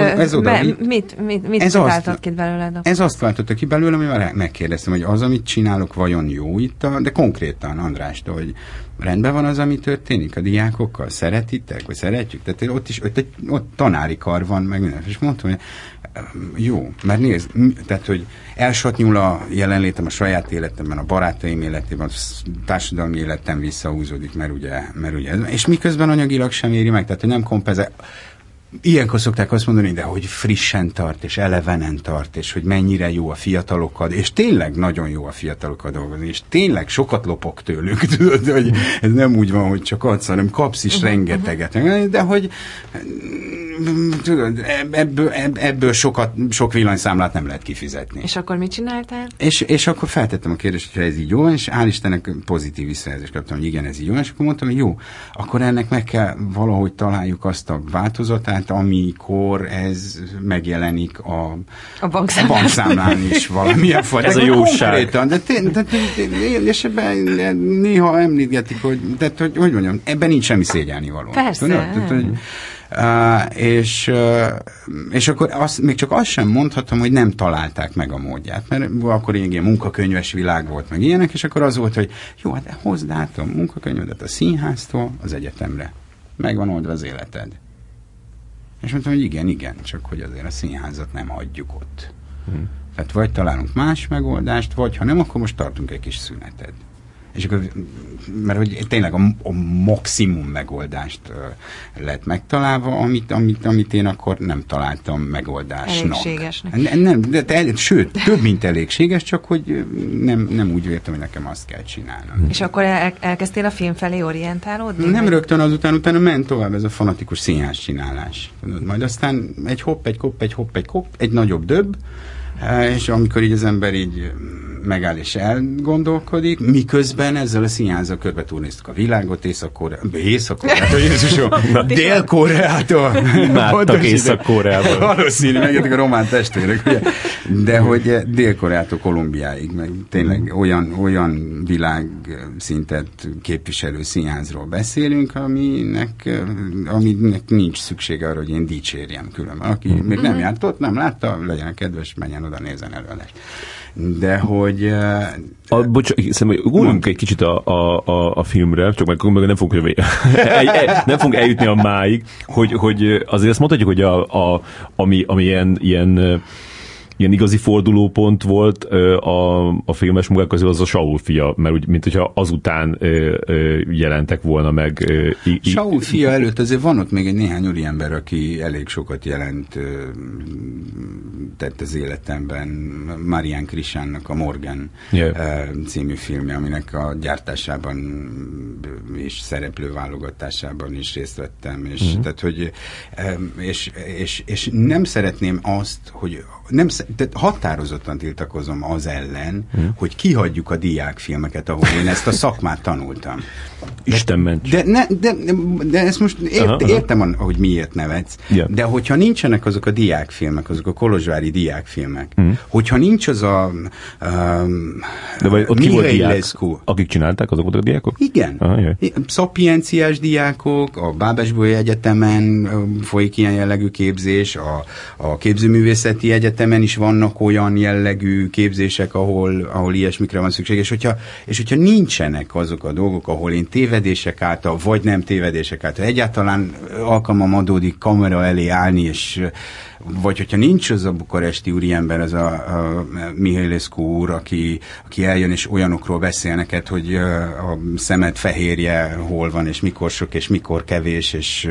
mit váltott ki belőle?
Ez azt váltotta ki belőle, amivel megkérdeztem, hogy az, amit csinálok, vajon jó itt, de konkrétan Andrástól, hogy rendben van az, ami történik a diákokkal? Szeretitek? Vagy szeretjük? Tehát ott tanári kar van, meg minden. És mondtam, hogy jó, mert nézd, tehát, hogy elsatnyul a jelenlétem a saját életemben, a barátaim életében, a társadalmi életem visszahúzódik, mert ugye, és miközben anyagilag sem éri meg, tehát, hogy nem kompenzál. Ilyenkor szokták azt mondani, de hogy frissen tart, és elevenen tart, és hogy mennyire jó a fiatalokkal, és tényleg nagyon jó a fiatalokkal dolgozni, és tényleg sokat lopok tőlük, tudod, hogy ez nem úgy van, hogy csak adsz, hanem kapsz is rengeteget, de hogy tudod, ebből sok villanyszámlát nem lehet kifizetni.
És akkor mit csináltál?
És akkor feltettem a kérdést, hogy ez így jó, és hál' Istennek pozitív visszajelzést kaptam, hogy igen, ez így jó, és akkor mondtam, hogy jó, akkor ennek meg kell valahogy találjuk azt a változatát, amikor ez megjelenik a bankszámlán is valamilyen fajta.
Ez a jóság.
És ebben néha említgetik, hogy mondjam, ebben nincs semmi szégyelni való.
Persze.
És akkor még csak azt sem mondhatom, hogy nem találták meg a módját, mert akkor ilyen munkakönyves világ volt, meg ilyenek, és akkor az volt, hogy jó, hát hozd át a munkakönyvedet a színháztól az egyetemre. Meg van oldva az életed. És mondtam, hogy igen, csak hogy azért a színházat nem hagyjuk ott. Tehát vagy találunk más megoldást, vagy ha nem, akkor most tartunk egy kis szünetet. És akkor, mert hogy tényleg a maximum megoldást lett megtalálva, amit én akkor nem találtam megoldásnak.
Elégségesnek.
Nem, sőt, több, mint elégséges, csak hogy nem úgy értem, hogy nekem azt kell csinálnom.
És akkor elkezdtél a film felé orientálódni?
Nem rögtön utána ment tovább ez a fanatikus színház csinálás. Majd aztán egy hopp, egy kopp, egy nagyobb döbb, És amikor így az ember így megáll és elgondolkodik, miközben ezzel a színházzal körbe turnéztuk a világot, Észak-Koreától, Jézusom, Dél-Koreától.
Imádtak Észak-Koreából.
Valószínű, megjöttek a román testvérek, ugye? De hogy Dél-Koreától Kolumbiáig, meg tényleg olyan világszintet képviselő színházról beszélünk, aminek nincs szüksége arra, hogy én dicsérjem különben. Aki még nem járt ott, nem látta, legyen kedves, menjen oda, nézzen előadást. De hogy...
Ugorjunk egy kicsit a filmre, csak meg nem fogunk eljutni a máig, hogy azért azt mondhatjuk, hogy ami ilyen igazi fordulópont volt a filmes munkák közül, az a Saul fia, mert úgy, mint hogyha azután jelentek volna meg.
Saul fia előtt azért van ott még egy néhány úriember, aki elég sokat tett az életemben. Marian Krisánnak a Morgan című filmje, aminek a gyártásában és szereplő válogatásában is részt vettem. Tehát, hogy, és nem szeretném azt, hogy tehát határozottan tiltakozom az ellen, hogy kihagyjuk a diákfilmeket, ahol én ezt a szakmát tanultam.
Isten ments.
De ezt most értem, hogy miért nevetsz, de hogyha nincsenek azok a diákfilmek, azok a kolozsvári diákfilmek, hogyha nincs az a
Mihály Leszkó. Akik csinálták, azok voltak a diákok?
Igen. Szapienciás diákok, a Bábesbolyi Egyetemen folyik ilyen jellegű képzés, a Képzőművészeti Egyetemen is vannak olyan jellegű képzések, ahol ilyesmikre van szükség, és hogyha nincsenek azok a dolgok, ahol én tévedések által, vagy nem tévedések által, egyáltalán alkalmam adódik kamera elé állni, és vagy hogyha nincs az a bukaresti úriember, az a Mihály Leszkó úr, aki eljön és olyanokról beszél neked, hogy a szemed fehérje hol van, és mikor sok, és mikor kevés, és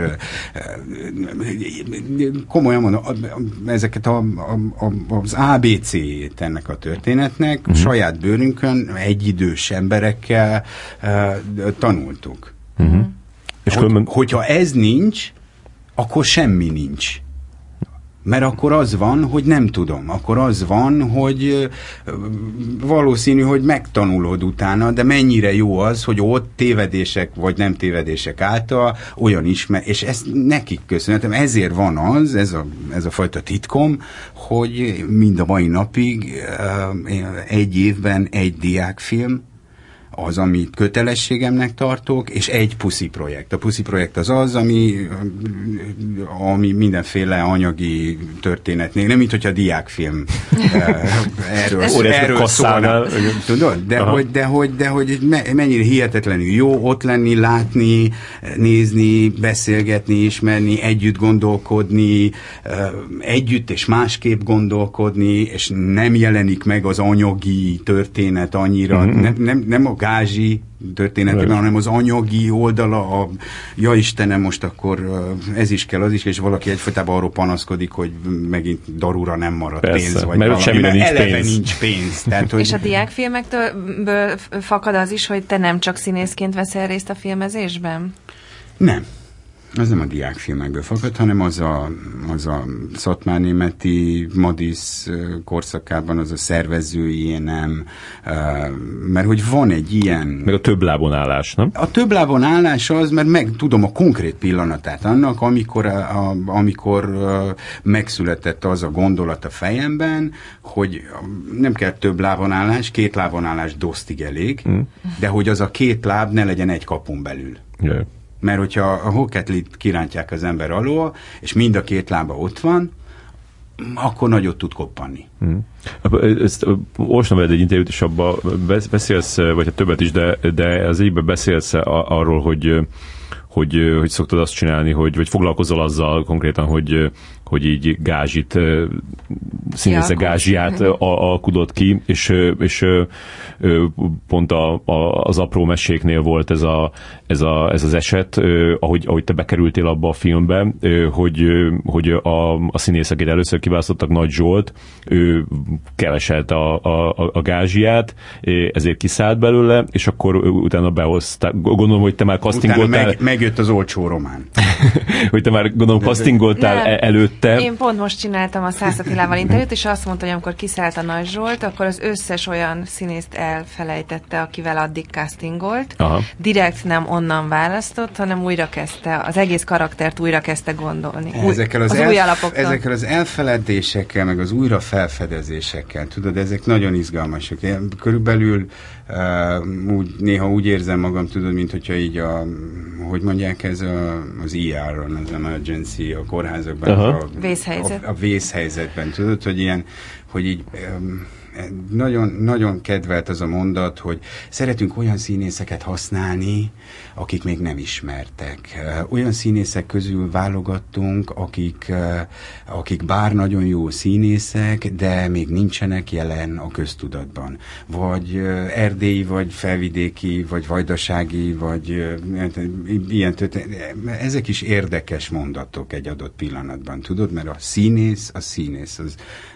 komolyan mondom, ezeket az ABC-t ennek a történetnek saját bőrünkön egyidős emberekkel tanultuk. És hogyha ez nincs, akkor semmi nincs. Mert akkor az van, hogy nem tudom. Akkor az van, hogy valószínű, hogy megtanulod utána, de mennyire jó az, hogy ott tévedések vagy nem tévedések által olyan és ezt nekik köszönhetem. Ezért van ez a fajta titkom, hogy mind a mai napig egy évben egy diákfilm, az, amit kötelességemnek tartok, és egy puszi projekt. A puszi projekt az, ami mindenféle anyagi történetnél, nem mint hogyha a diákfilm erről szólna. Tudod? De hogy mennyire hihetetlenül jó ott lenni, látni, nézni, beszélgetni, ismerni, együtt gondolkodni, együtt és másképp gondolkodni, és nem jelenik meg az anyagi történet annyira, nem a gázsi történetében, hanem az anyagi oldala, ja Istenem, most akkor ez is kell, az is, és valaki egyfolytában arról panaszkodik, hogy megint darúra nem marad pénz, vagy
mert valami, eleve
nincs pénz. Tehát, hogy...
És a diákfilmektől fakad az is, hogy te nem csak színészként veszel részt a filmezésben? Nem.
Az nem a diákfilmekből fakad, hanem az a szatmárnémeti Madisz korszakában az a szervezői énem, mert hogy van egy ilyen...
Meg a többlábon állás, nem?
A többlábon állás az, mert meg tudom a konkrét pillanatát annak, amikor megszületett az a gondolat a fejemben, hogy nem kell több lábon állás, 2 lábon állás dosztig elég, de hogy az a 2 láb ne legyen egy kapun belül.
Yeah.
Mert hogyha a hóketlit kirántják az ember alól, és mind a 2 lába ott van, akkor nagyot tud koppanni.
Olvastam veled egy interjút, és abban beszélsz, vagy hát többet is, de az egyben beszélsz arról, hogy szoktad azt csinálni, vagy foglalkozol azzal konkrétan, hogy így gázsit, színészek gázsiát alkudott ki, és pont az apró meséknél volt ez az eset, ahogy te bekerültél abba a filmbe, hogy a színész, akit először kiválasztottak, Nagy Zsolt, ő keveselt a gázsiát, ezért kiszállt belőle, és akkor utána behozták. Gondolom, hogy te már castingoltál.
Megjött az olcsó román.
Hogy te már, gondolom, castingoltál előtt
Én pont most csináltam a Szász Attilával interjút, és azt mondta, hogy amikor kiszállt a Nagy Zsolt, akkor az összes olyan színészt elfelejtette, akivel addig castingolt.
Aha.
Direkt nem onnan választott, hanem újra kezdte, az egész karaktert újra kezdte gondolni.
Ezekkel az elfeledésekkel, meg az újra felfedezésekkel, tudod, ezek nagyon izgalmasak. Én körülbelül néha úgy érzem magam, tudod, mint hogyha így hogy mondják ez az ER-on, az emergency, a kórházakban,
vészhelyzet.
A vészhelyzetben, tudod, hogy ilyen, hogy így nagyon, nagyon kedvelt az a mondat, hogy szeretünk olyan színészeket használni, akik még nem ismertek. Olyan színészek közül válogattunk, akik bár nagyon jó színészek, de még nincsenek jelen a köztudatban. Vagy erdélyi, vagy felvidéki, vagy vajdasági, vagy ilyen történet. Ezek is érdekes mondatok egy adott pillanatban, tudod? Mert a színész az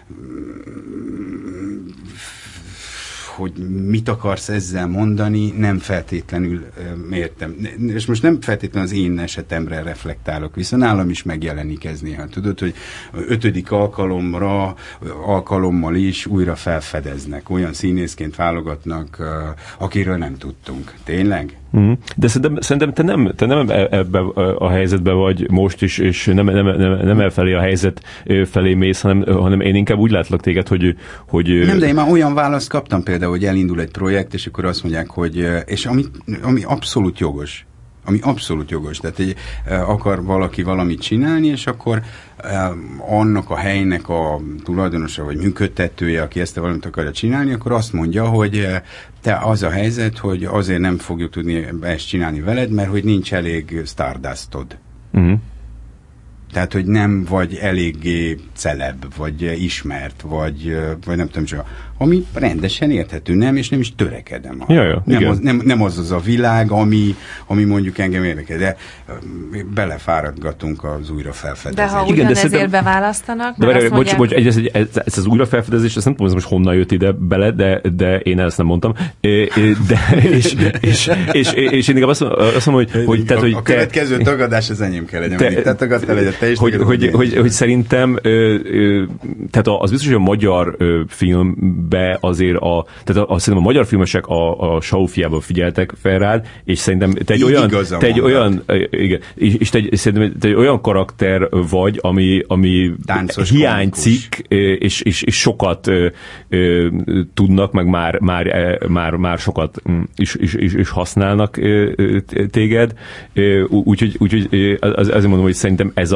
hogy mit akarsz ezzel mondani, nem feltétlenül értem. És most nem feltétlenül az én esetemre reflektálok, viszont nálam is megjelenik ez néha. Tudod, hogy 5. alkalommal is újra felfedeznek. Olyan színészként válogatnak, akiről nem tudtunk. Tényleg?
De szerintem te nem ebbe a helyzetben vagy most is, és nem elfelé a helyzet felé mész, hanem én inkább úgy látlak téged, hogy...
Nem, de én már olyan választ kaptam például, hogy elindul egy projekt, és akkor azt mondják, hogy... És ami abszolút jogos. Tehát akar valaki valamit csinálni, és akkor annak a helynek a tulajdonosa, vagy működtetője, aki ezt valamit akarja csinálni, akkor azt mondja, hogy te az a helyzet, hogy azért nem fogjuk tudni ezt csinálni veled, mert hogy nincs elég Stardustod. Tehát, hogy nem vagy eléggé celeb, vagy ismert, vagy nem tudom, csak ami rendesen érthető, nem, és nem is törekedem. Nem az a világ, ami mondjuk engem érdekel, de belefáradgatunk az újrafelfedezésbe.
De ha ugyanezért beválasztanak, mert azt mondják...
Ez az újrafelfedezés, ezt nem tudom, hogy honnan jött ide bele, de én ezt nem mondtam. És én inkább azt mondom, hogy
a következő tagadás az enyém kell legyen. Te tagadtál egyet, te is
hogy szerintem tehát az biztos, hogy a magyar filmbe azért szerintem a magyar filmesek a Saul fiából figyeltek fel rád, és szerintem te egy olyan karakter vagy, ami hiányzik, és sokat tudnak, meg már sokat is használnak téged. Úgyhogy azért mondom, hogy szerintem ez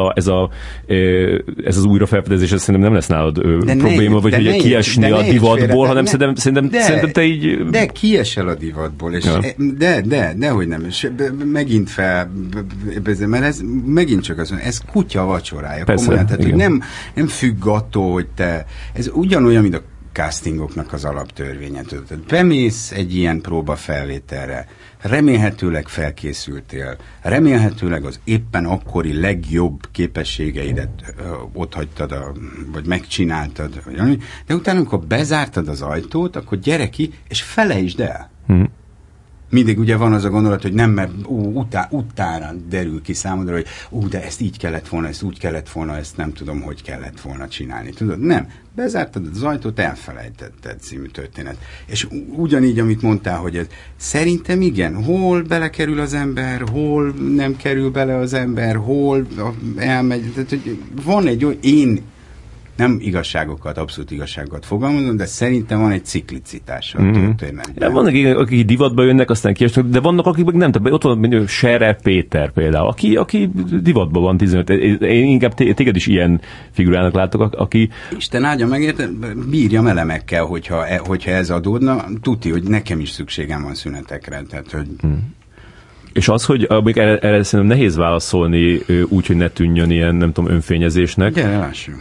az újrafelfedezés, ez szerintem nem lesz nálad probléma, vagy hogy kiesni a divatból, hanem szerintem te így...
De kiesel a divatból, és dehogy nem, és megint mert ez megint csak az, ez kutya vacsorája. Komolyan, tehát, hogy nem függ attól, hogy te... Ez ugyanolyan, mint a castingoknak az alaptörvénye. Tehát bemész egy ilyen próbafelvételre, remélhetőleg felkészültél, remélhetőleg az éppen akkori legjobb képességeidet otthagytad, vagy megcsináltad, de utána, amikor bezártad az ajtót, akkor gyere ki, és felejtsd el. Mindig ugye van az a gondolat, hogy nem, mert utána derül ki számodra, hogy de ezt így kellett volna, ezt úgy kellett volna, ezt nem tudom, hogy kellett volna csinálni. Tudod? Nem. Bezártad az ajtót, elfelejtetted című történet. És ugyanígy, amit mondtál, hogy ez szerintem igen, hol belekerül az ember, hol nem kerül bele az ember, hol elmegy. Tehát, hogy van egy olyan, nem abszolút igazságokat fogalmazom, de szerintem van egy ciklicitás a történetben.
Vannak, akik divatba jönnek, aztán kiesnek, de vannak, akik meg nem. Ott van mondjuk Scherer Péter például, aki divatban van 15. Én inkább téged is ilyen figurának látok, aki...
Isten áldja meg, bírjam elemekkel, hogyha ez adódna, tuti, hogy nekem is szükségem van szünetekre. Tehát, hogy...
És az, hogy erre szerintem nehéz válaszolni úgy, hogy ne tűnjön ilyen, nem tudom, önfényezésnek.
Gyere, lássuk.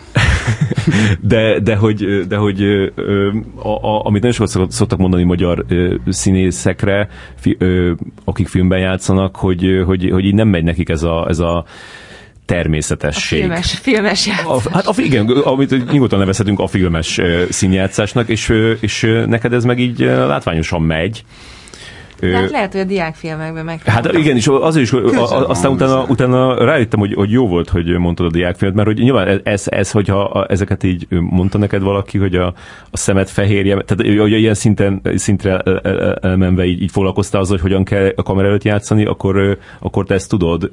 de hogy amit nagyon sokat szoktak mondani magyar színészekre, akik filmben játszanak, hogy így nem megy nekik ez a természetesség.
A filmes játszás.
Hát igen, amit nyugodtan nevezhetünk a filmes színjátszásnak, és neked ez meg így látványosan megy.
Hát lehet, hogy a diákfilmekben meg.
Hát igen, és azért is, aztán utána rájöttem, hogy jó volt, hogy mondtad a diákfilmet, mert hogy nyilván ez hogyha ezeket így mondta neked valaki, hogy a szemed fehérje, tehát hogy ilyen szintre elmenve így foglalkoztál azzal, hogy hogyan kell a kamera előtt játszani, akkor te ezt tudod,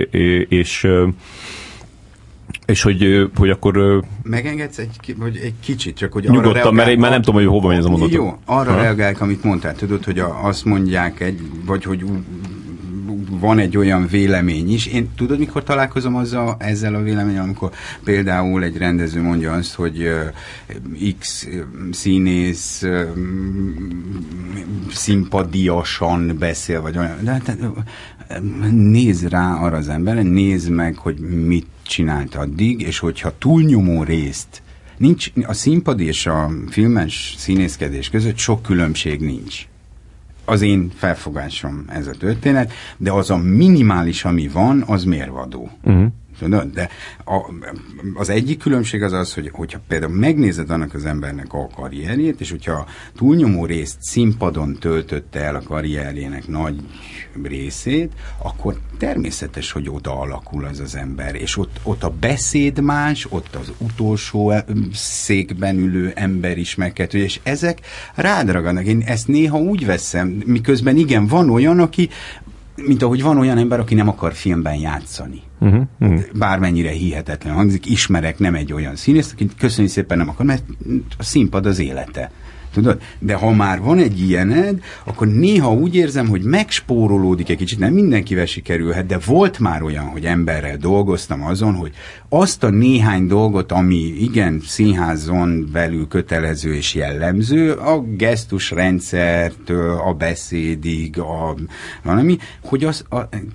és hogy akkor...
Megengedsz egy kicsit, csak hogy
nyugodtan, mert én már nem tudom, hogy hova megy ez a mondat.
Jó, arra reagálják, amit mondtál, tudod, hogy azt mondják, vagy hogy van egy olyan vélemény is. Én tudod, mikor találkozom ezzel a véleményen, amikor például egy rendező mondja azt, hogy X színész szimpadiasan beszél, vagy olyan. De hát, nézd rá arra az emberre, nézd meg, hogy mit csinált addig, és hogyha túlnyomó részt nincs, a színpad és a filmes színészkedés között sok különbség nincs. Az én felfogásom ez a történet, de az a minimális, ami van, az mérvadó. Tudod? De az egyik különbség az, hogyha például megnézed annak az embernek a karrierjét, és hogyha túlnyomó részt színpadon töltötte el a karrierjének nagy részét, akkor természetes, hogy oda alakul az ember, és ott a beszéd más, ott az utolsó székben ülő ember is megkettő, és ezek rád ragadnak. Én ezt néha úgy veszem, miközben igen, van olyan, aki mint ahogy van olyan ember, aki nem akar filmben játszani. Bármennyire hihetetlen hangzik, ismerek nem egy olyan színészt, aki köszönjük szépen nem akar, mert a színpad az élete. Tudod? De ha már van egy ilyened, akkor néha úgy érzem, hogy megspórolódik egy kicsit, nem mindenkivel sikerülhet, de volt már olyan, hogy emberrel dolgoztam azon, hogy azt a néhány dolgot, ami igen, színházon belül kötelező és jellemző, a gesztusrendszertől, a beszédig, valami, hogy az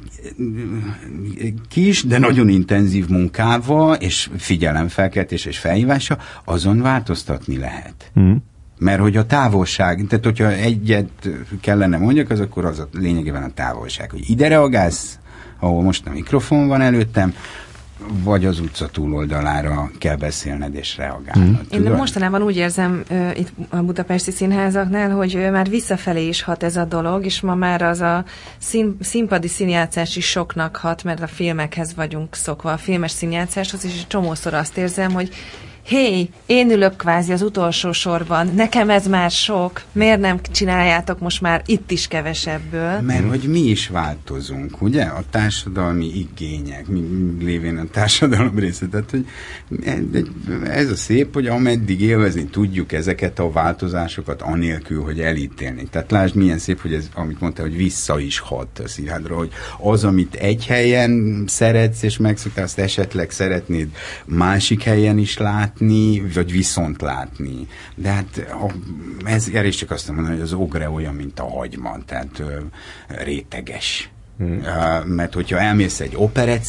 kis, de nagyon intenzív munkával, és figyelemfelkeltés és felhívása, azon változtatni lehet. Mert hogy a távolság, tehát hogyha egyet kellene mondjak, az akkor az a lényegében a távolság, hogy ide reagálsz, ahol most a mikrofon van előttem, vagy az utca túloldalára kell beszélned és reagálnod.
Én mostanában úgy érzem itt a budapesti színházaknál, hogy már visszafelé is hat ez a dolog, és ma már az a színpadi színjátszás is soknak hat, mert a filmekhez vagyunk szokva, a filmes színjátszáshoz, és csomószor azt érzem, hogy én ülök kvázi az utolsó sorban, nekem ez már sok, miért nem csináljátok most már itt is kevesebből?
Mert hogy mi is változunk, ugye? A társadalmi igények, mi lévén a társadalom része, tehát hogy ez a szép, hogy ameddig élvezni tudjuk ezeket a változásokat anélkül, hogy elítélnénk. Tehát lásd, milyen szép, hogy ez, amit mondtál, hogy vissza is hat a színházra, hogy az, amit egy helyen szeretsz és megszoktál, azt esetleg szeretnéd másik helyen is látni, vagy viszont látni. De hát erre is csak azt mondom, hogy az ogre olyan, mint a hagyma, tehát réteges. Mert hogyha elmész egy operett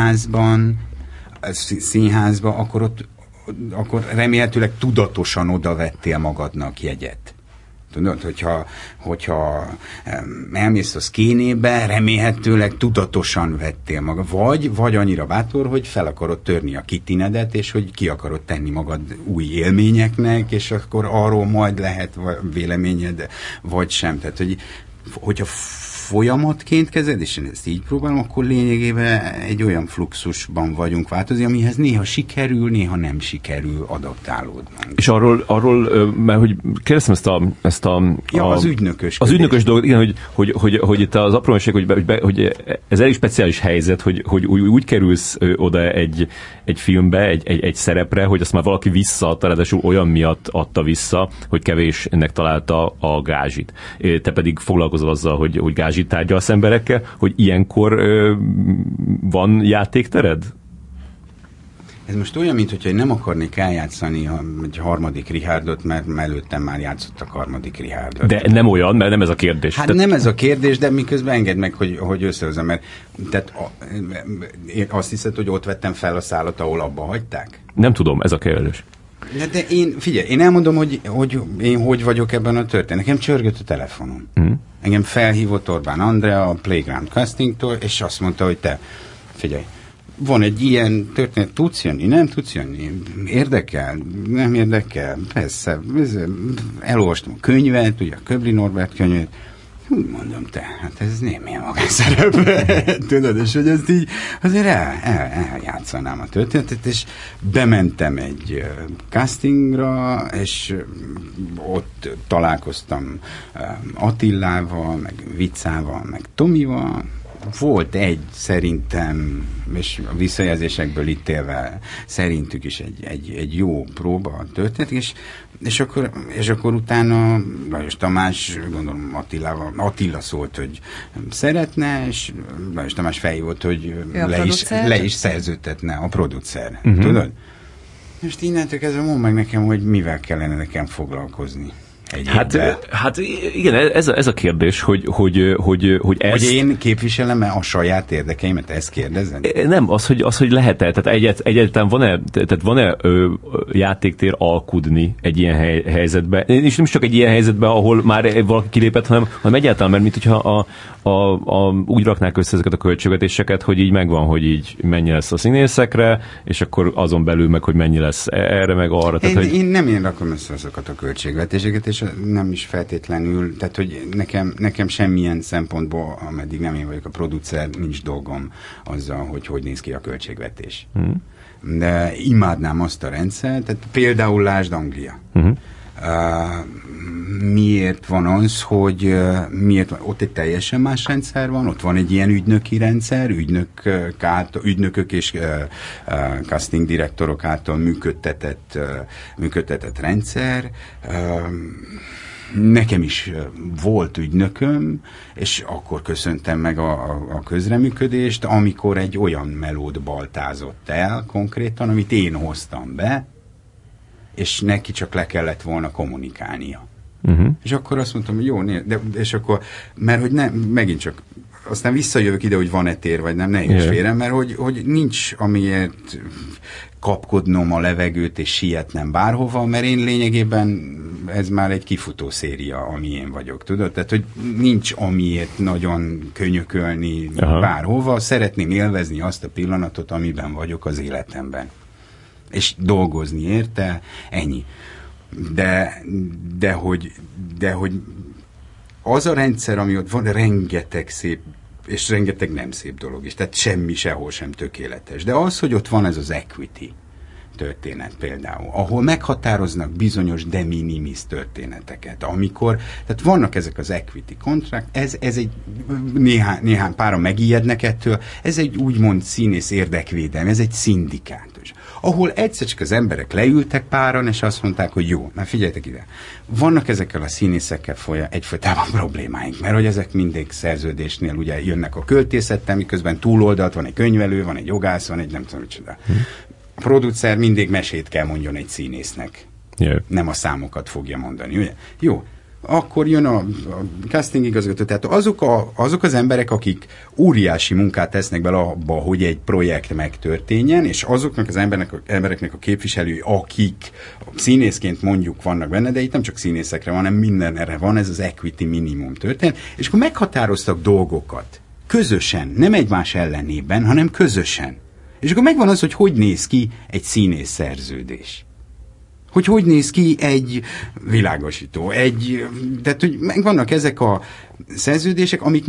színházba, akkor remélhetőleg tudatosan oda vettél magadnak jegyet. Tudod, hogyha elmész a szkénébe, remélhetőleg tudatosan vettél magad, vagy annyira bátor, hogy fel akarod törni a kitinedet, és hogy ki akarod tenni magad új élményeknek, és akkor arról majd lehet véleményed, vagy sem. Tehát, hogyha folyamatként kezed, és én ezt így próbálom, akkor lényegében egy olyan fluxusban vagyunk változni, amihez néha sikerül, néha nem sikerül adaptálódnunk.
És arról mert hogy kérdeztem
az ügynökös.
Az ügynökös dolgot, igen, hogy itt az apróság, hogy ez elég speciális helyzet, hogy úgy kerülsz oda egy filmbe, egy szerepre, hogy azt már valaki visszaadta, ráadásul olyan miatt adta vissza, hogy kevésnek találta a gázsit. Te pedig foglalkozol azzal, hogy gázsit tárgyalsz emberekkel, hogy ilyenkor van játéktered?
Ez most olyan, mintha nem akarnék eljátszani egy harmadik Richardot, mert előttem már játszottak harmadik Richardot.
De nem olyan, mert nem ez a kérdés.
Hát nem ez a kérdés, de miközben engedd meg, hogy összehozom, mert azt hiszed, hogy ott vettem fel a szálat, ahol abba hagyták?
Nem tudom, ez a kérdés.
De én elmondom, hogy én hogy vagyok ebben a történetben. Nekem csörgött a telefonom. Engem felhívott Orbán Andrea a Playground Castingtól, és azt mondta, hogy te, figyelj, van egy ilyen történet, tudsz jönni, nem tudsz jönni, érdekel, nem érdekel, persze, elolvastam a könyvet, ugye a Köbli Norbert könyvet, Úgy mondom, hát ez nem ilyen magánszerep. Tudod, és hogy ezt így azért eljátszanám a történetet, és bementem egy castingra, és ott találkoztam Attilával, meg Vicával, meg Tomival. Volt egy szerintem, és a visszajelzésekből ítélve szerintük is egy jó próba a történet, és akkor utána Lajos Tamás, gondolom Attila szólt, hogy szeretne, és Lajos Tamás fejvolt, hogy le is szerződtetne a producer. Tudod? Most innentől kezdve mondd meg nekem, hogy mivel kellene nekem foglalkozni.
Hát igen, ez a kérdés, hogy ezt...
Hogy én képviselem a saját érdekeimet, ezt kérdezed?
Nem, az, hogy lehet-e, tehát egyáltalán van-e játéktér alkudni egy ilyen helyzetbe, és nem csak egy ilyen helyzetben, ahol már valaki kilépett, hanem egyáltalán, mert mint hogyha úgy raknák össze ezeket a költségvetéseket, hogy így megvan, hogy így mennyi lesz a színészekre, és akkor azon belül meg, hogy mennyi lesz erre, meg arra.
Én nem rakom össze azokat a költségvetéseket, és nem is feltétlenül, tehát hogy nekem semmilyen szempontból, ameddig nem én vagyok a producer, nincs dolgom azzal, hogy néz ki a költségvetés. De imádnám azt a rendszert, tehát például lásd Anglia. Miért van az, hogy ott egy teljesen más rendszer van, ott van egy ilyen ügynöki rendszer, ügynökök és casting direktorok által működtetett rendszer. Nekem is volt ügynököm, és akkor köszöntem meg a közreműködést, amikor egy olyan melód baltázott el konkrétan, amit én hoztam be, és neki csak le kellett volna kommunikálnia. És akkor azt mondtam, hogy jó, és akkor, mert hogy nem, megint csak, aztán visszajövök ide, hogy van-e tér, vagy nem, ne érts félre, mert hogy nincs amiért kapkodnom a levegőt és sietnem bárhova, mert én lényegében ez már egy kifutó széria, ami én vagyok, tudod? Tehát, hogy nincs amiért nagyon könyökölni bárhova, szeretném élvezni azt a pillanatot, amiben vagyok az életemben. És dolgozni érte, ennyi. De hogy az a rendszer, ami ott van, rengeteg szép, és rengeteg nem szép dolog is, tehát semmi sehol sem tökéletes. De az, hogy ott van ez az equity történet például, ahol meghatároznak bizonyos de minimis történeteket, amikor, tehát vannak ezek az equity contract, ez egy, néhány pára megijednek ettől, ez egy úgymond színész érdekvédelem, ez egy szindikátus, ahol egyszer csak az emberek leültek páran, és azt mondták, hogy jó, már figyeljetek ide, vannak ezekkel a színészekkel egyfolytában problémáink, mert hogy ezek mindig szerződésnél ugye jönnek a költészettel, miközben túloldalt van egy könyvelő, van egy jogász, van egy nem tudom micsoda. A producer mindig mesét kell mondjon egy színésznek. Nem a számokat fogja mondani, ugye? Jó, akkor jön a casting igazgató, tehát azok az emberek, akik óriási munkát tesznek bele abba, hogy egy projekt megtörténjen, és azoknak az embereknek a képviselői, akik színészként mondjuk vannak benne, de itt nem csak színészekre van, hanem mindenre van, ez az equity minimum történet, és akkor meghatároztak dolgokat közösen, nem egymás ellenében, hanem közösen. És akkor megvan az, hogy néz ki egy színész szerződés. Hogy néz ki egy világosító, tehát, hogy vannak ezek a szerződések, amik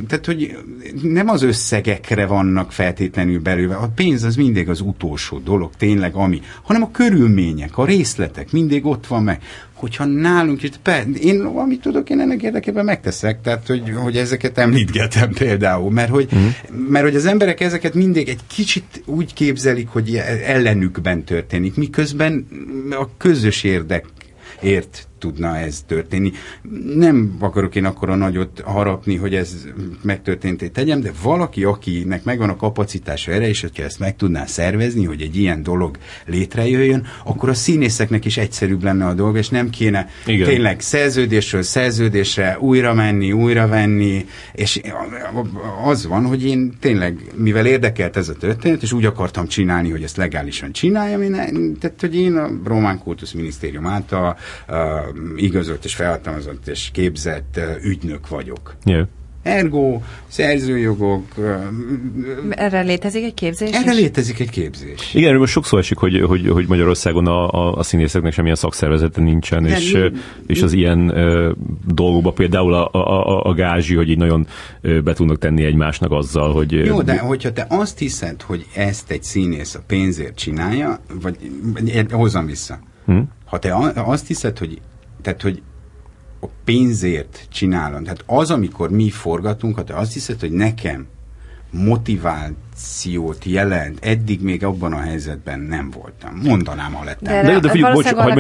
nem az összegekre vannak feltétlenül belőle. A pénz az mindig az utolsó dolog, tényleg hanem a körülmények, a részletek, mindig ott van meg. Hogyha nálunk, én amit tudok, én ennek érdekében megteszek, tehát, hogy ezeket említgetem például, mert hogy az emberek ezeket mindig egy kicsit úgy képzelik, hogy ellenükben történik, miközben a közös érdekért tudna ez történni. Nem akarok én akkora nagyot harapni, hogy ez megtörtént, tegyem, de valaki, akinek megvan a kapacitása erre, és hogyha ezt meg tudná szervezni, hogy egy ilyen dolog létrejöjjön, akkor a színészeknek is egyszerűbb lenne a dolog, és nem kéne tényleg szerződésről szerződésre újra menni, újra venni, és az van, hogy én tényleg, mivel érdekelt ez a történet, és úgy akartam csinálni, hogy ezt legálisan csináljam, tehát, hogy én a Román Kultuszminisztérium által igazolt és felhatalmazott és képzett ügynök vagyok. Ergo, szerzőjogok.
Erre létezik egy képzés?
Erre létezik egy képzés.
Igen, most sokszor esik, hogy Magyarországon a színészeknek semmilyen szakszervezete nincsen, és az ilyen dolgokban például a gázsi, hogy így nagyon be tudnak tenni egymásnak azzal, hogy...
Jó, de hogyha te azt hiszed, hogy ezt egy színész a pénzért csinálja, vagy hozzam vissza. Ha te azt hiszed, hogy a pénzért csinálom. Tehát az, amikor mi forgatunk, ha te azt hiszed, hogy nekem motivációt jelent, eddig még abban a helyzetben nem voltam. Mondanám, ha lettem.
De figyelj,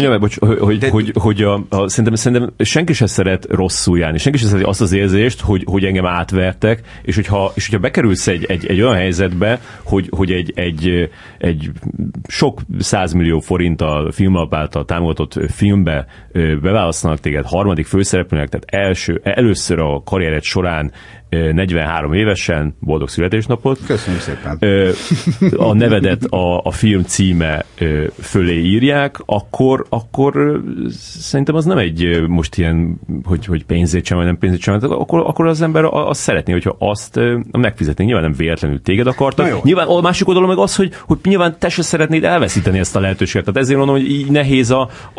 hogy szerintem senki sem szeret rosszul járni. Senki sem szereti azt az érzést, hogy engem átvertek, és hogyha bekerülsz egy olyan helyzetbe, hogy egy sok 100 millió forint a Filmalap által támogatott filmbe beválasztanak téged harmadik főszereplőnek, tehát először a karriered során 43 évesen, boldog születésnapot.
Köszönöm szépen.
A nevedet a film címe fölé írják, akkor szerintem az nem egy most ilyen, hogy pénzét sem, vagy nem pénzét sem, akkor az ember azt szeretné, hogyha azt megfizetnék. Nyilván nem véletlenül téged akartak. Nyilván a másik oldalon meg az, hogy nyilván te se szeretnéd elveszíteni ezt a lehetőséget. Tehát ezért mondom, hogy így nehéz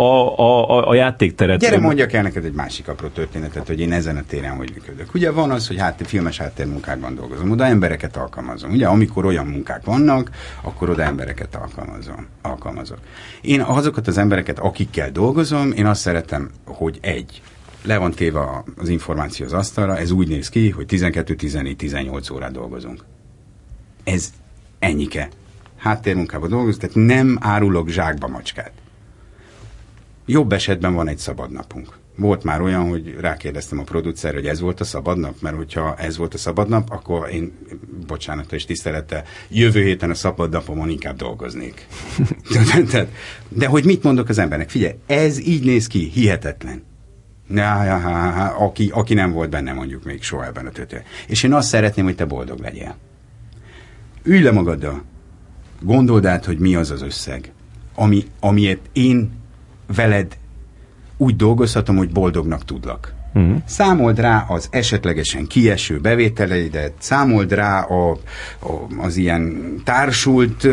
a játékteret.
Gyere, mondjak el neked egy másik apró történetet, hogy én ezen a téren hogy működök. Ugye van az, hogy filmes háttérmunkákban dolgozom, oda embereket alkalmazom. Ugye, amikor olyan munkák vannak, akkor oda embereket alkalmazok. Én azokat az embereket, akikkel dolgozom, én azt szeretem, hogy le van téve az információ az asztalra, ez úgy néz ki, hogy 12, 14, 18 órát dolgozunk. Ez ennyike. Háttérmunkában dolgozunk, tehát nem árulok zsákba macskát. Jobb esetben van egy szabad napunk. Volt már olyan, hogy rákérdeztem a producerre, hogy ez volt a szabad nap, mert hogyha ez volt a szabad nap, akkor én, bocsánat és tisztelettel, jövő héten a szabad napomon inkább dolgoznék. De hogy mit mondok az embernek? Figyelj, ez így néz ki, hihetetlen. Aki nem volt benne mondjuk még soha ebben a történetben. És én azt szeretném, hogy te boldog legyél. Ülj le magaddal, gondold át, hogy mi az az összeg, amiért én veled úgy dolgozhatom, hogy boldognak tudlak. Számold rá az esetlegesen kieső bevételeidet, számold rá az ilyen társult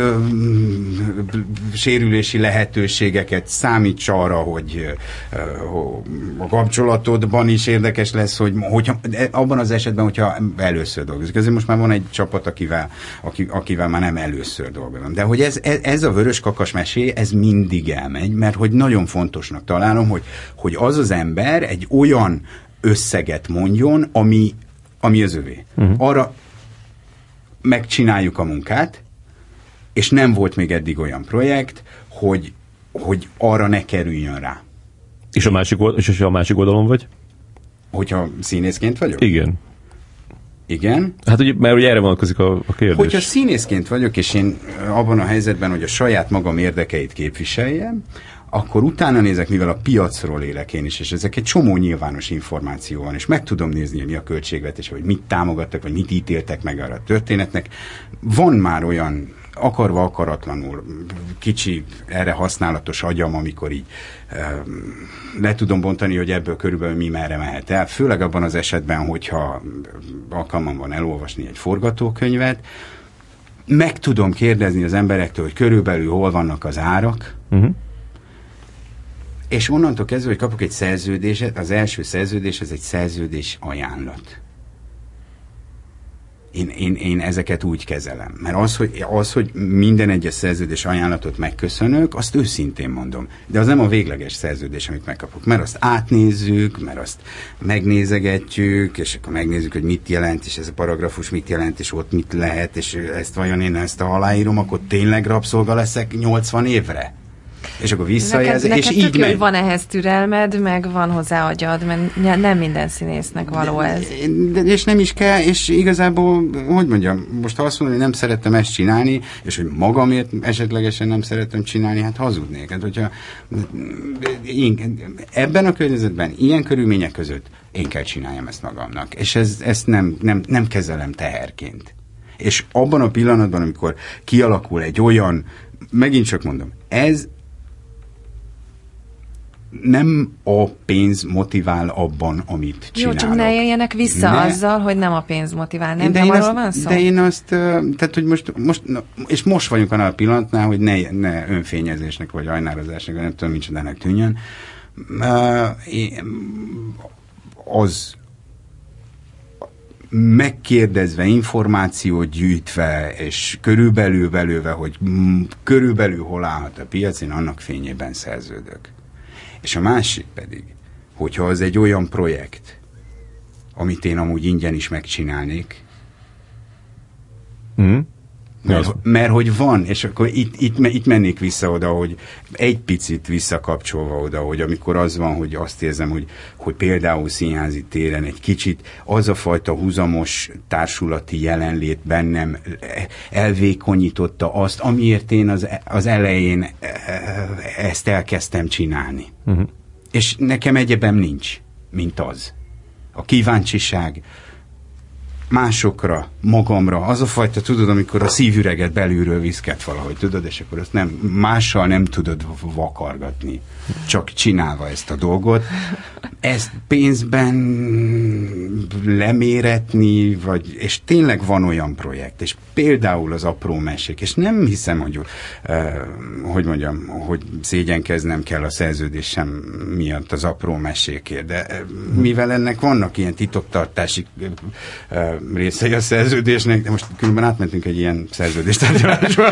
sérülési lehetőségeket, számíts arra, hogy a kapcsolatodban is érdekes lesz, hogy abban az esetben, hogyha először dolgozik. Azért most már van egy csapat, akivel már nem először dolgozom. De hogy ez a vörös kakas mesé, ez mindig elmegy, mert hogy nagyon fontosnak találom, hogy az ember egy olyan összeget mondjon, ami az övé. Arra megcsináljuk a munkát, és nem volt még eddig olyan projekt, hogy arra ne kerüljön rá.
És a másik oldalon vagy?
Hogyha színészként vagyok? Igen.
Hát ugye, mert ugye erre vonatkozik a kérdés.
Hogyha színészként vagyok, és én abban a helyzetben, hogy a saját magam érdekeit képviseljem, akkor utána nézek, mivel a piacról élek én is, és ezek egy csomó nyilvános információ van, és meg tudom nézni, hogy mi a költségvetés, vagy mit támogattak, vagy mit ítéltek meg arra a történetnek. Van már olyan akarva, akaratlanul kicsi, erre használatos agyam, amikor így le tudom bontani, hogy ebből körülbelül mi merre mehet el. Főleg abban az esetben, hogyha alkalmam van elolvasni egy forgatókönyvet, meg tudom kérdezni az emberektől, hogy körülbelül hol vannak az árak, és onnantól kezdve, hogy kapok egy szerződéset, az első szerződés, ez egy szerződés ajánlat. Én ezeket úgy kezelem. Mert az, hogy minden egyes szerződés ajánlatot megköszönök, azt őszintén mondom. De az nem a végleges szerződés, amit megkapok. Mert azt átnézzük, mert azt megnézegetjük, és akkor megnézzük, hogy mit jelent, és ez a paragrafus mit jelent, és ott mit lehet, és ezt vajon én ezt aláírom, akkor tényleg rabszolga leszek 80 évre? És akkor visszajelzek, és így
megy. Van ehhez türelmed, meg van hozzá agyad, mert nem minden színésznek való ez.
És nem is kell, és igazából, hogy mondjam, most ha azt mondom, hogy nem szerettem ezt csinálni, és hogy magamért esetlegesen nem szerettem csinálni, hát hazudnék. Hát, hogyha ebben a környezetben, ilyen körülmények között én kell csináljam ezt magamnak. És ezt nem kezelem teherként. És abban a pillanatban, amikor kialakul egy olyan, megint csak mondom, nem a pénz motivál abban, amit csinálok.
Jó, csak ne éljenek vissza azzal, hogy nem a pénz motivál. Nem arról van szó?
De én azt, tehát, hogy most vagyunk annál a pillanatnál, hogy ne önfényezésnek, vagy ajnározásnak, vagy nem tudom, micsodának tűnjön. Az megkérdezve, információt gyűjtve, és körülbelül belőve, hogy körülbelül hol állhat a piac, én annak fényében szerződök. És a másik pedig, hogyha az egy olyan projekt, amit én amúgy ingyen is megcsinálnék, mert hogy van, és akkor itt mennék vissza oda, hogy egy picit visszakapcsolva oda, hogy amikor az van, hogy azt érzem, hogy például színházi téren egy kicsit az a fajta húzamos társulati jelenlét bennem elvékonyította azt, amiért én az elején ezt elkezdtem csinálni. És nekem egyebem nincs, mint az. A kíváncsiság, másokra, magamra, az a fajta, tudod, amikor a szívüreget belülről viszket valahogy, tudod, és akkor azt mással nem tudod vakargatni, csak csinálva ezt a dolgot. Ezt pénzben leméretni, és tényleg van olyan projekt, és például az Apró mesék, és nem hiszem, hogy szégyenkeznem kell a szerződésem miatt az Apró mesékért, de mivel ennek vannak ilyen titoktartási részei a szerződésnek, de most különben átmentünk egy ilyen szerződéstárgyalásba,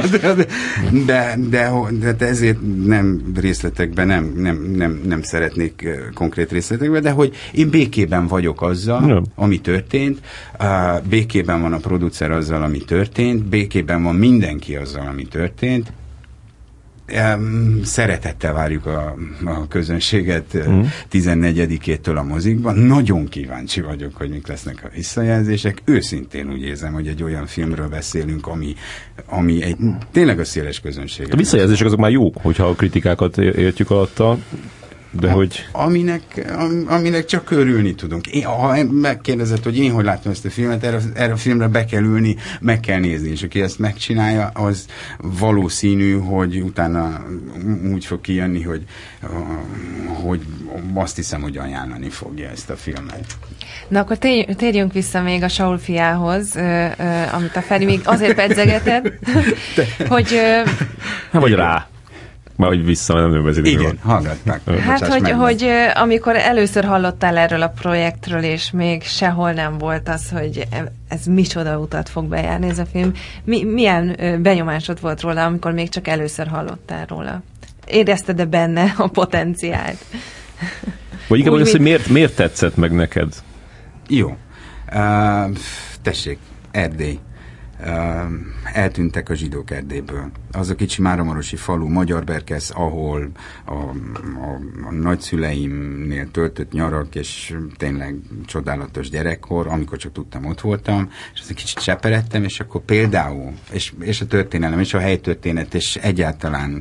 de ezért nem részletekben, nem szeretnék konkrét részletekben, de hogy én békében vagyok azzal, ami történt, békében van a producer azzal, ami történt, békében van mindenki azzal, ami történt. Szeretettel várjuk a közönséget 14-től a mozikban. Nagyon kíváncsi vagyok, hogy mik lesznek a visszajelzések. Őszintén úgy érzem, hogy egy olyan filmről beszélünk, ami tényleg a széles közönséget.
A visszajelzések azok már jók, hogyha a kritikákat értjük alatta. De hogy...
Aminek csak örülni tudunk. Ha megkérdezed, hogy én hogy látom ezt a filmet, erre a filmre be kell ülni, meg kell nézni, és aki ezt megcsinálja, az valószínű, hogy utána úgy fog kijönni, hogy azt hiszem, hogy ajánlani fogja ezt a filmet.
Na akkor térjünk vissza még a Saul fiához, amit a Feri még azért pedzegetett, hogy...
Vagy rá. Már hogy vissza, nem beszélünk.
Igen, hallgatták.
Hát, hogy amikor először hallottál erről a projektről, és még sehol nem volt az, hogy ez micsoda utat fog bejárni ez a film, milyen benyomásod volt róla, amikor még csak először hallottál róla? Érezted-e benne a potenciált?
Vagy inkább az, hogy miért tetszett meg neked?
Jó. Tessék, Erdély. Eltűntek a zsidók Erdélyből. Az a kicsi máramarosi falu, Magyarberkesz, ahol a nagyszüleimnél töltött nyarak, és tényleg csodálatos gyerekkor, amikor csak tudtam, ott voltam, és azt egy kicsit cseperedtem, és akkor például, és a történelem, és a helytörténet, és egyáltalán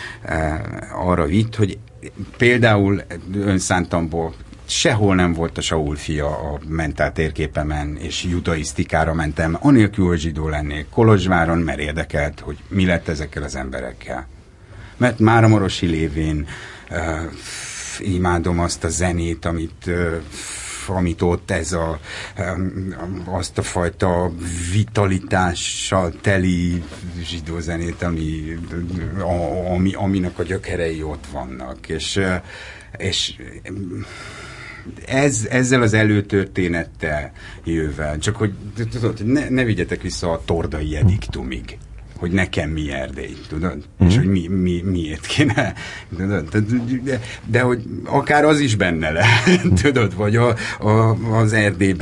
arra vitt, hogy például önszántamból sehol nem volt a Saul fia a mentál térképemen, és judaisztikára mentem, anélkül, hogy zsidó lennék Kolozsváron, mert érdekelt, hogy mi lett ezekkel az emberekkel. Mert Máramarosi lévén imádom azt a zenét, amit ott azt a fajta vitalitással teli zsidó zenét, aminek a gyökerei ott vannak. És ezzel az előtörténettel jövel, csak hogy tudod, ne vigyetek vissza a Tordai ediktumig, hogy nekem mi Erdély, tudod? És hogy miért kéne, tudod? De hogy akár az is benne lehet, tudod? Vagy az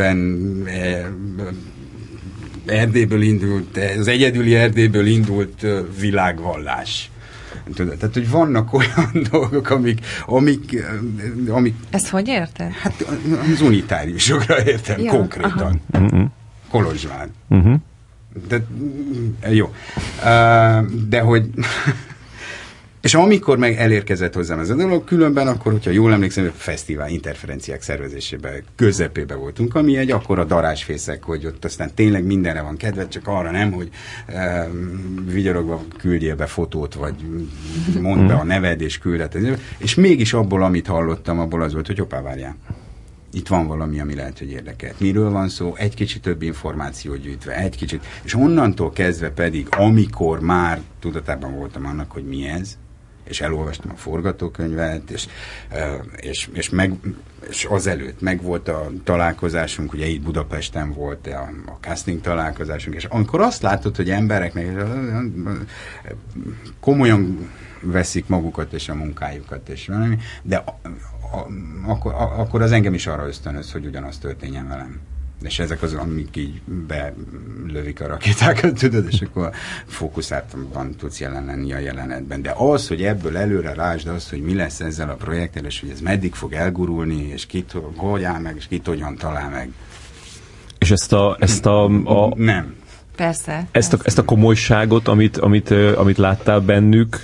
Erdélyből indult, az egyedüli Erdélyből indult világvallás. Tudod, tehát, hogy vannak olyan dolgok, amik...
Ezt hogy érted?
Hát az unitáriusokra értem, ja, konkrétan. Kolozsvár. De, jó. De hogy És amikor meg elérkezett hozzám ez a dolog, különben akkor, hogyha jól emlékszem, fesztivál interferenciák szervezésében közepébe voltunk, ami egy akkora darásfészek, hogy ott aztán tényleg mindenre van kedved, csak arra nem, hogy vigyorogva küldjél be fotót, vagy mondd be a neved, és küldhet. És mégis abból, amit hallottam, abból az volt, hogy hoppá, várjál. Itt van valami, ami lehet, hogy érdekel. Miről van szó? Egy kicsit több információt gyűjtve, egy kicsit. És onnantól kezdve pedig, amikor már tudatában voltam annak, hogy mi ez, és elolvastam a forgatókönyvet, és azelőtt meg volt a találkozásunk, ugye itt Budapesten volt a casting találkozásunk, és amikor azt látod, hogy embereknek komolyan veszik magukat és a munkájukat, és valami, de akkor az engem is arra ösztönöz, hogy ugyanaz történjen velem. És ezek azok, amik így belövik a rakétákat, tudod, és akkor fókuszáltan tudsz jelen lenni a jelenetben. De az, hogy ebből előre lásd azt, hogy mi lesz ezzel a projekttel, és hogy ez meddig fog elgurulni, és kit hogy áll meg, és kit hogyan talál meg.
És ezt a
nem.
Persze.
Ezt a komolyságot, amit láttál bennük,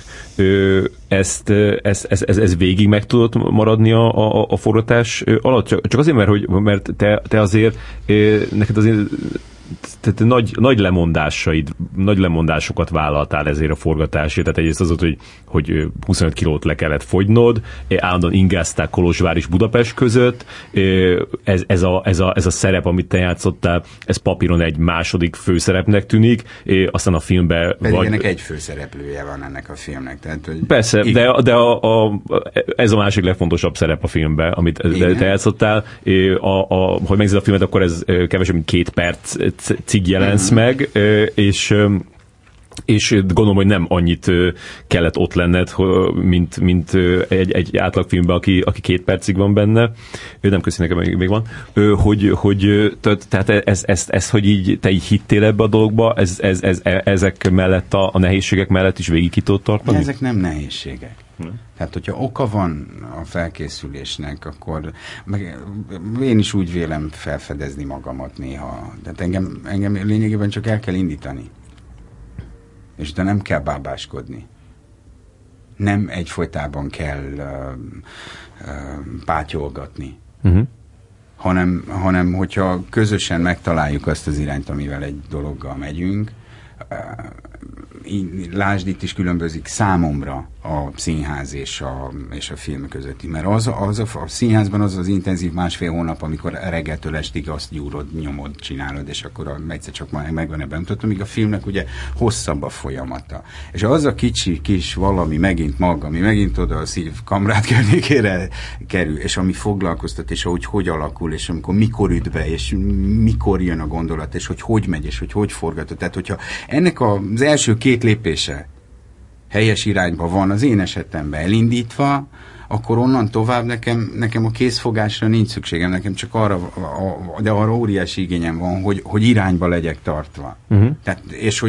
ez végig meg tudott maradni a forgatás alatt? Csak azért, mert te azért, neked azért tehát nagy lemondásokat vállaltál ezért a forgatásért. Tehát egyrészt az volt, hogy 25 kilót le kellett fogynod, állandóan ingáztál Kolozsvár és Budapest között. Ez a szerep, amit te játszottál, ez papíron egy második főszerepnek tűnik, aztán a filmben...
Pedig ennek egy főszereplője van ennek a filmnek. Tehát, hogy
persze, de ez a másik legfontosabb szerep a filmben, amit te játszottál. Hogy megnézed a filmet, akkor ez kevesebb, mint 2 percig jelensz meg, és gondolom, hogy nem annyit kellett ott lenned, mint egy átlagfilmben, aki 2 percig van benne. Nem köszi, nekem még van. Tehát ez, hogy így, te így hittél ebbe a dologba, ezek mellett a nehézségek mellett is végig ki tudod tartani?
Ezek nem nehézségek. Tehát, hogyha oka van a felkészülésnek, akkor én is úgy vélem felfedezni magamat néha. Tehát engem lényegében csak el kell indítani. És de nem kell bábáskodni. Nem egyfolytában kell pátyolgatni. Hanem hogyha közösen megtaláljuk azt az irányt, amivel egy dologgal megyünk, lásd, itt is különbözik számomra a színház és a film közötti. Mert a színházban az intenzív 1,5 hónap, amikor reggeltől estig azt gyúrod, nyomod, csinálod, és akkor egyszer csak megvan ebben mutatom, míg a filmnek ugye hosszabb a folyamata. És az a kis valami megint maga, ami megint oda a szív kamrát környékére kerül, és ami foglalkoztat, és hogy alakul, és amikor mikor üt be, és mikor jön a gondolat, és hogy megy, és hogy forgatod. Tehát, hogyha ennek az első 2 lépése helyes irányba van az én esetemben elindítva, akkor onnan tovább nekem a készfogásra nincs szükségem, nekem csak arra, de arra óriási igényem van, hogy irányba legyek tartva. Tehát,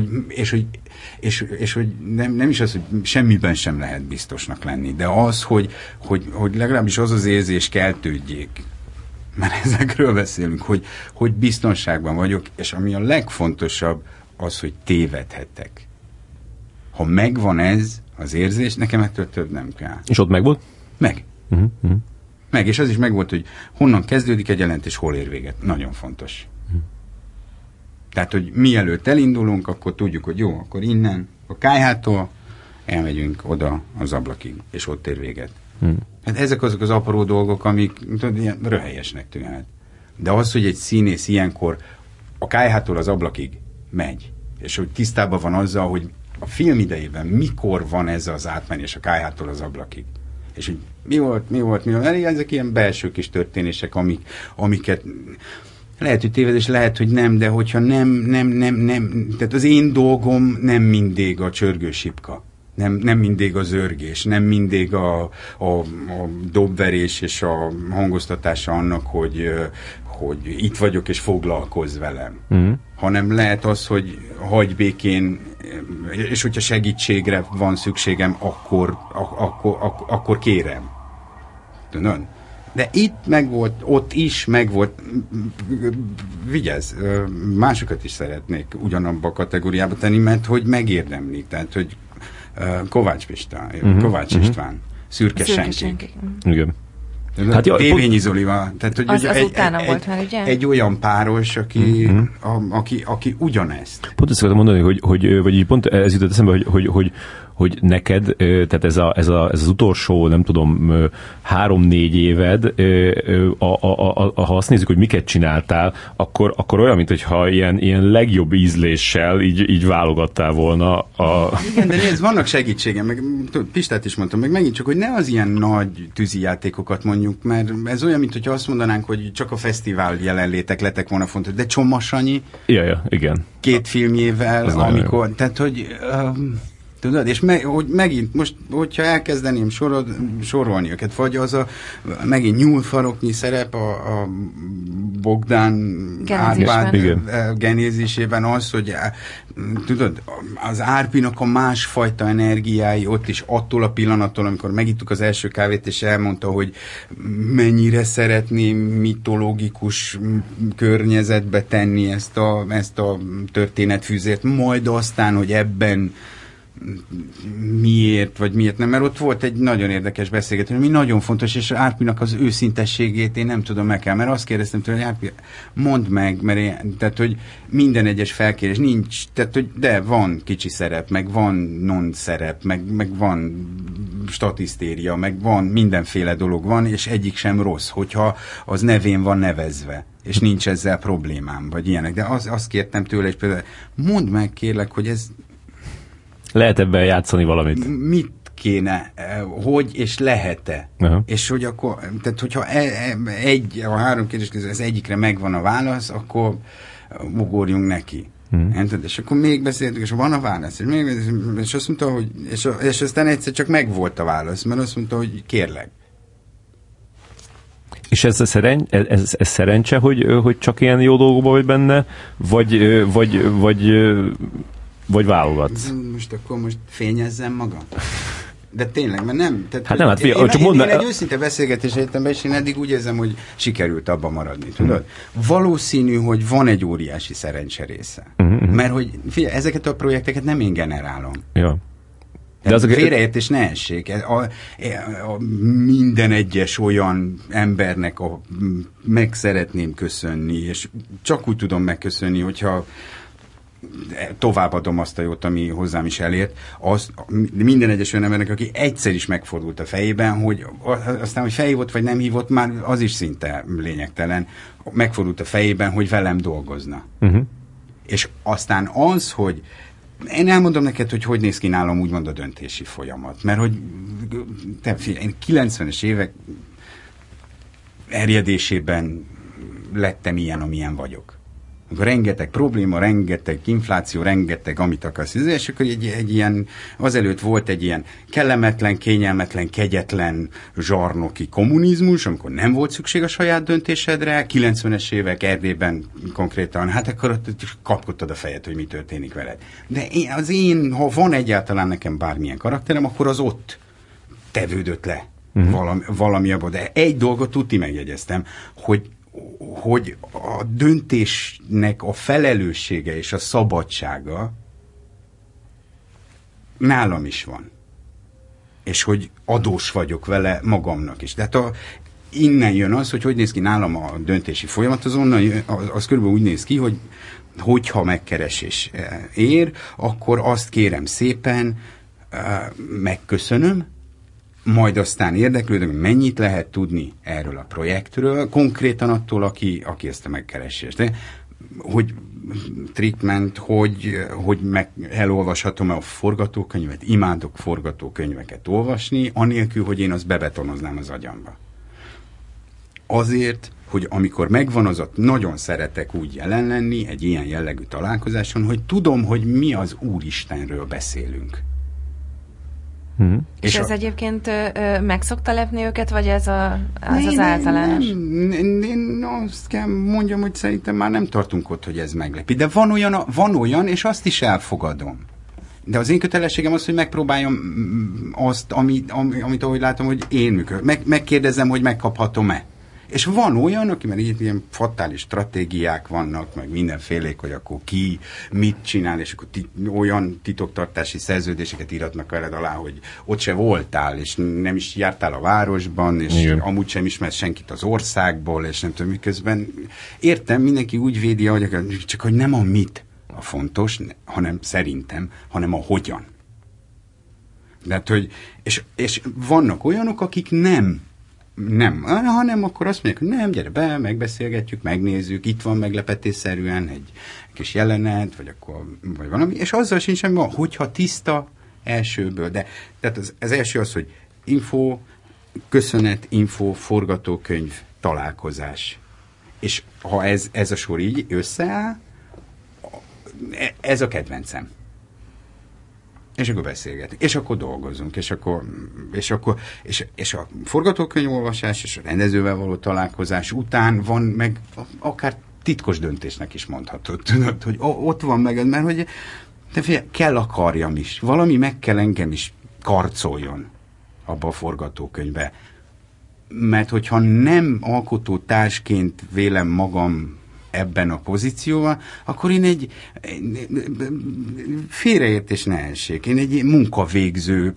és hogy nem is az, hogy semmiben sem lehet biztosnak lenni, de az, hogy legalábbis az érzés keltődjék, mert ezekről beszélünk, hogy biztonságban vagyok, és ami a legfontosabb, az, hogy tévedhetek. Ha megvan ez az érzés, nekem ettől több nem kell.
És ott megvolt?
Meg. Meg, és az is megvolt, hogy honnan kezdődik egy jelentés, hol ér véget. Nagyon fontos. Tehát, hogy mielőtt elindulunk, akkor tudjuk, hogy jó, akkor innen, a kályhától elmegyünk oda az ablakig, és ott ér véget. Hát ezek azok az apró dolgok, amik tudod, ilyen röhelyesnek tűnhet. De az, hogy egy színész ilyenkor a kályhától az ablakig megy, és hogy tisztában van azzal, hogy a film idejében mikor van ez az átmenés a kályhától az ablakig. És hogy mi volt. Ezek ilyen belső kis történések, amiket lehet, hogy tévedés, lehet, hogy nem, de hogyha nem, tehát az én dolgom nem mindig a csörgősipka. Nem mindig a zörgés, nem mindig a dobverés és a hangoztatása annak, hogy itt vagyok és foglalkozz velem. Hanem lehet az, hogy hagyj békén, és hogyha segítségre van szükségem, akkor kérem. Tudod? De itt megvolt, ott is megvolt, vigyázz, másokat is szeretnék ugyanabba a kategóriába tenni, mert hogy megérdemlik. Tehát, hogy Kovács Pista, Kovács István, Szürke Senki.
Igen.
Hát Dévényi Zolival. Tehát, hogy
az utána volt már, ugye?
Egy olyan páros, aki ugyanezt.
Pont ezt szeretem mondani, vagy így pont ez jutott eszembe, hogy neked, tehát ez az utolsó, nem tudom, 3-4 éved, ha azt nézzük, hogy miket csináltál, akkor olyan, mintha ilyen legjobb ízléssel így válogattál volna.
Igen, de nézd, vannak segítségem, meg Pistát is mondtam, meg megint csak, hogy ne az ilyen nagy tűzijátékokat mondjuk, mert ez olyan, mintha azt mondanánk, hogy csak a fesztivál jelenlétek lettek volna fontos, de Csoma Sanyi,
igen.
2 filmjével, amikor, tehát, hogy tudod, és hogy megint most, hogyha elkezdeném sorolni őket, vagy az megint nyúlfaroknyi szerep a Bogdán Árpád genézisében az, hogy tudod, az Árpinak a másfajta energiái ott is attól a pillanattól, amikor megittuk az első kávét, és elmondta, hogy mennyire szeretné mitológikus környezetbe tenni ezt a történetfűzért, majd aztán, hogy ebben miért nem, mert ott volt egy nagyon érdekes beszélgetés, ami nagyon fontos, és Árpinak az őszintességét én nem tudom meg kell, mert azt kérdeztem tőle, hogy Árpi, mondd meg, tehát, hogy minden egyes felkérés nincs, tehát, hogy de van kicsi szerep, meg van non-szerep, meg van statisztéria, meg van mindenféle dolog van, és egyik sem rossz, hogyha az nevén van nevezve, és nincs ezzel problémám, vagy ilyenek, de azt kértem tőle, és például mondd meg, kérlek, hogy ez
lehet ebben játszani valamit?
Mit kéne, hogy és lehet-e? És hogy akkor, tehát hogyha a 3 kérdés közül az egyikre megvan a válasz, akkor ugorjunk neki. És akkor még beszéltünk, és van a válasz, és azt mondta, hogy és aztán egyszer csak megvolt a válasz, mert azt mondta, hogy kérlek.
És ez szerencse, hogy csak ilyen jó dolgokban vagy benne, vagy válogatsz?
Most fényezzem magam? De tényleg, mert nem. Tehát,
hát nem, hát
én egy őszinte beszélgetés egyetemben, és én eddig úgy érzem, hogy sikerült abba maradni, tudod? Valószínű, hogy van egy óriási szerencse része. Mert hogy, figyelj, ezeket a projekteket nem én generálom.
Ja.
De az félreértés ne essék. Minden egyes olyan embernek meg szeretném köszönni, és csak úgy tudom megköszönni, hogyha továbbadom azt a jót, ami hozzám is elért, minden egyes olyan embernek, aki egyszer is megfordult a fejében, hogy aztán, hogy felhívott vagy nem hívott, már az is szinte lényegtelen, megfordult a fejében, hogy velem dolgozna. És aztán az, hogy én elmondom neked, hogy néz ki nálam úgymond a döntési folyamat, mert hogy én 90-es évek erjedésében lettem ilyen, amilyen vagyok. Rengeteg probléma, rengeteg infláció, rengeteg, amit akarsz. És akkor egy ilyen, azelőtt volt egy ilyen kellemetlen, kényelmetlen, kegyetlen zsarnoki kommunizmus, amikor nem volt szükség a saját döntésedre, 90-es évek Erdélyben konkrétan, hát akkor ott kapkodtad a fejed, hogy mi történik veled. De ha van egyáltalán nekem bármilyen karakterem, akkor az ott tevődött le valami abban. De egy dolgot tudti megjegyeztem, hogy a döntésnek a felelőssége és a szabadsága nálam is van. És hogy adós vagyok vele magamnak is. Tehát innen jön az, hogy néz ki nálam a döntési folyamat, az körülbelül úgy néz ki, hogy hogyha megkeresés ér, akkor azt kérem szépen, megköszönöm, majd aztán érdeklődöm, mennyit lehet tudni erről a projektről, konkrétan attól, aki ezt a megkeresést. De, hogy treatment, hogy elolvashatom a forgatókönyvet, imádok forgatókönyveket olvasni, anélkül, hogy én azt bebetonoznám az agyamba. Azért, hogy amikor megvan az nagyon szeretek úgy jelen lenni egy ilyen jellegű találkozáson, hogy tudom, hogy mi az Úristenről beszélünk.
És ez egyébként meg szokta lepni őket, vagy ez az általános?
Én azt kell mondjam, hogy szerintem már nem tartunk ott, hogy ez meglepi. De van olyan, és azt is elfogadom. De az én kötelességem az, hogy megpróbáljam azt, amit ahogy látom, hogy én működöm. Megkérdezem, hogy megkaphatom-e. És van olyan, akiben ilyen fatális stratégiák vannak, meg mindenfélék, hogy akkor ki mit csinál, és akkor olyan titoktartási szerződéseket íratnak veled alá, hogy ott se voltál, és nem is jártál a városban, és igen, amúgy sem ismersz senkit az országból, és nem tudom, miközben értem, mindenki úgy védi, hogy csak hogy nem a mit a fontos, hanem szerintem, hanem a hogyan. De, hogy, és vannak olyanok, akik nem, hanem akkor azt mondják, hogy nem, gyere be, megbeszélgetjük, megnézzük, itt van meglepetésszerűen egy kis jelenet, vagy valami, és azzal sincs semmi van, hogyha tiszta elsőből. De tehát az első az, hogy info, köszönet, info, forgatókönyv, találkozás. És ha ez a sor így összeáll, ez a kedvencem. És akkor beszélgetünk, és akkor dolgozunk, és a forgatókönyvolvasás és a rendezővel való találkozás után van meg akár titkos döntésnek is mondhatod, tudod, hogy ott van meg, mert hogy de figyelj, kell akarjam is, valami meg kell engem is karcoljon abba a forgatókönyvbe. Mert hogyha nem alkotótársként vélem magam ebben a pozícióval, akkor én egy félreértés ne essék. Én egy munkavégző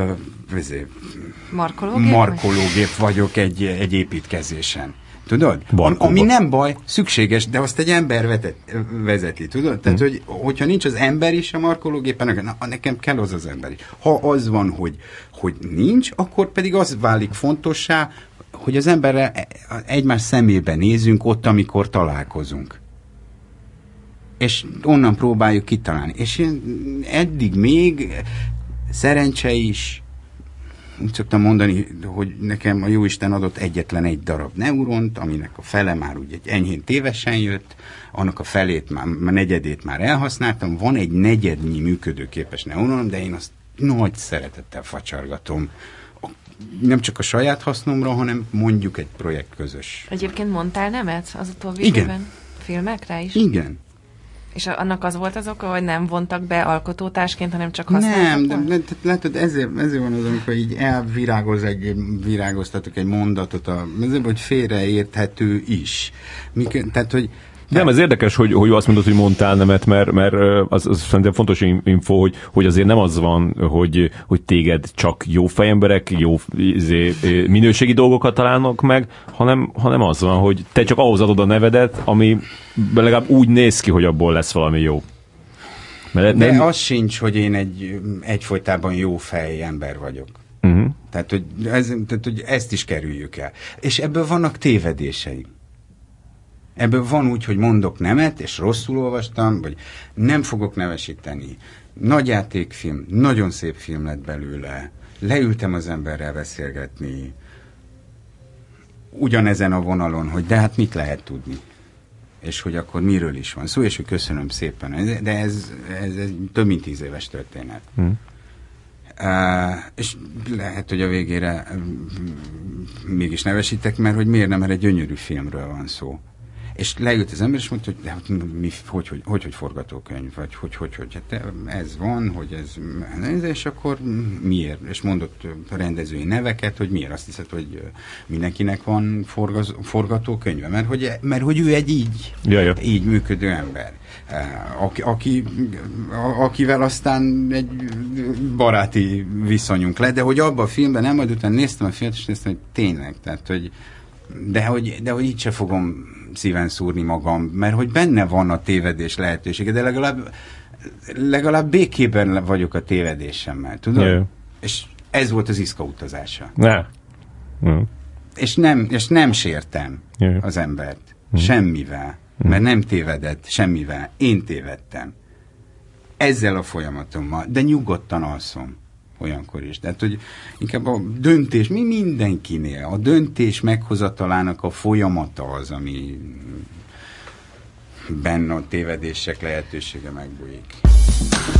markológép vagyok egy építkezésen. Tudod? Ami nem baj, szükséges, de azt egy ember vezeti, tudod? Tehát, hogyha nincs az ember is a markológépen, nekem kell az ember is. Ha az van, hogy nincs, akkor pedig az válik fontossá, hogy az emberrel egymás szemébe nézünk ott, amikor találkozunk. És onnan próbáljuk kitalálni. És én eddig még szerencse is, úgy szoktam mondani, hogy nekem a jóisten adott egyetlen egy darab neuront, aminek a fele már úgy egy enyhén tévesen jött, annak a felét, már negyedét már elhasználtam, van egy negyednyi működőképes neuronom, de én azt nagy szeretettel facsargatom. Nem csak a saját hasznomra, hanem mondjuk egy projekt közös.
Egyébként mondtál nemet az utóbbi időben? Filmekre is?
Igen.
És annak az volt az oka, hogy nem vontak be alkotótársként, hanem csak használtak?
Nem, de látod, ezért van az, amikor így elvirágoztatok egy mondatot, ezért, hogy félreérthető is. Tehát, hogy
nem, ez érdekes, hogy azt mondod, hogy mondtál nemet, mert az szerintem fontos info, hogy azért nem az van, hogy téged csak jó fejemberek, jó minőségi dolgokat találnak meg, hanem az van, hogy te csak ahhoz adod a nevedet, ami legalább úgy néz ki, hogy abból lesz valami jó.
De az sincs, hogy én egyfolytában jó fej ember vagyok. Uh-huh. Tehát, hogy ezt is kerüljük el. És ebből vannak tévedéseim. Ebből van úgy, hogy mondok nemet, és rosszul olvastam, vagy nem fogok nevesíteni. Nagy játékfilm, nagyon szép film lett belőle. Leültem az emberrel beszélgetni. Ugyanezen a vonalon, hogy de hát mit lehet tudni? És hogy akkor miről is van szó, és hogy köszönöm szépen. De ez több mint 10 éves történet. És lehet, hogy a végére mégis nevesítek, mert hogy miért nem, mert egy gyönyörű filmről van szó. És leült az ember, és mondta, hogy hogy forgatókönyv, vagy hogy hát ez van, hogy ez, és akkor miért? És mondott rendezői neveket, hogy miért azt hiszed, hogy mindenkinek van forgatókönyve, mert hogy ő egy így működő ember. Akivel aztán egy baráti viszonyunk lett, de hogy abban a filmben nem, majd utána néztem a filmet, és néztem, hogy tényleg, tehát, hogy de hogy így se fogom szíven szúrni magam, mert hogy benne van a tévedés lehetősége, de legalább békében vagyok a tévedésemmel, tudod? Yeah. És ez volt az Iszka utazása.
Yeah. Mm.
És nem sértem az embert semmivel, mert nem tévedett semmivel, én tévedtem. Ezzel a folyamatommal, de nyugodtan alszom olyankor is. Tehát, hogy inkább a döntés, mindenkinél, a döntés meghozatalának a folyamata az, ami benne a tévedések lehetősége megbújik.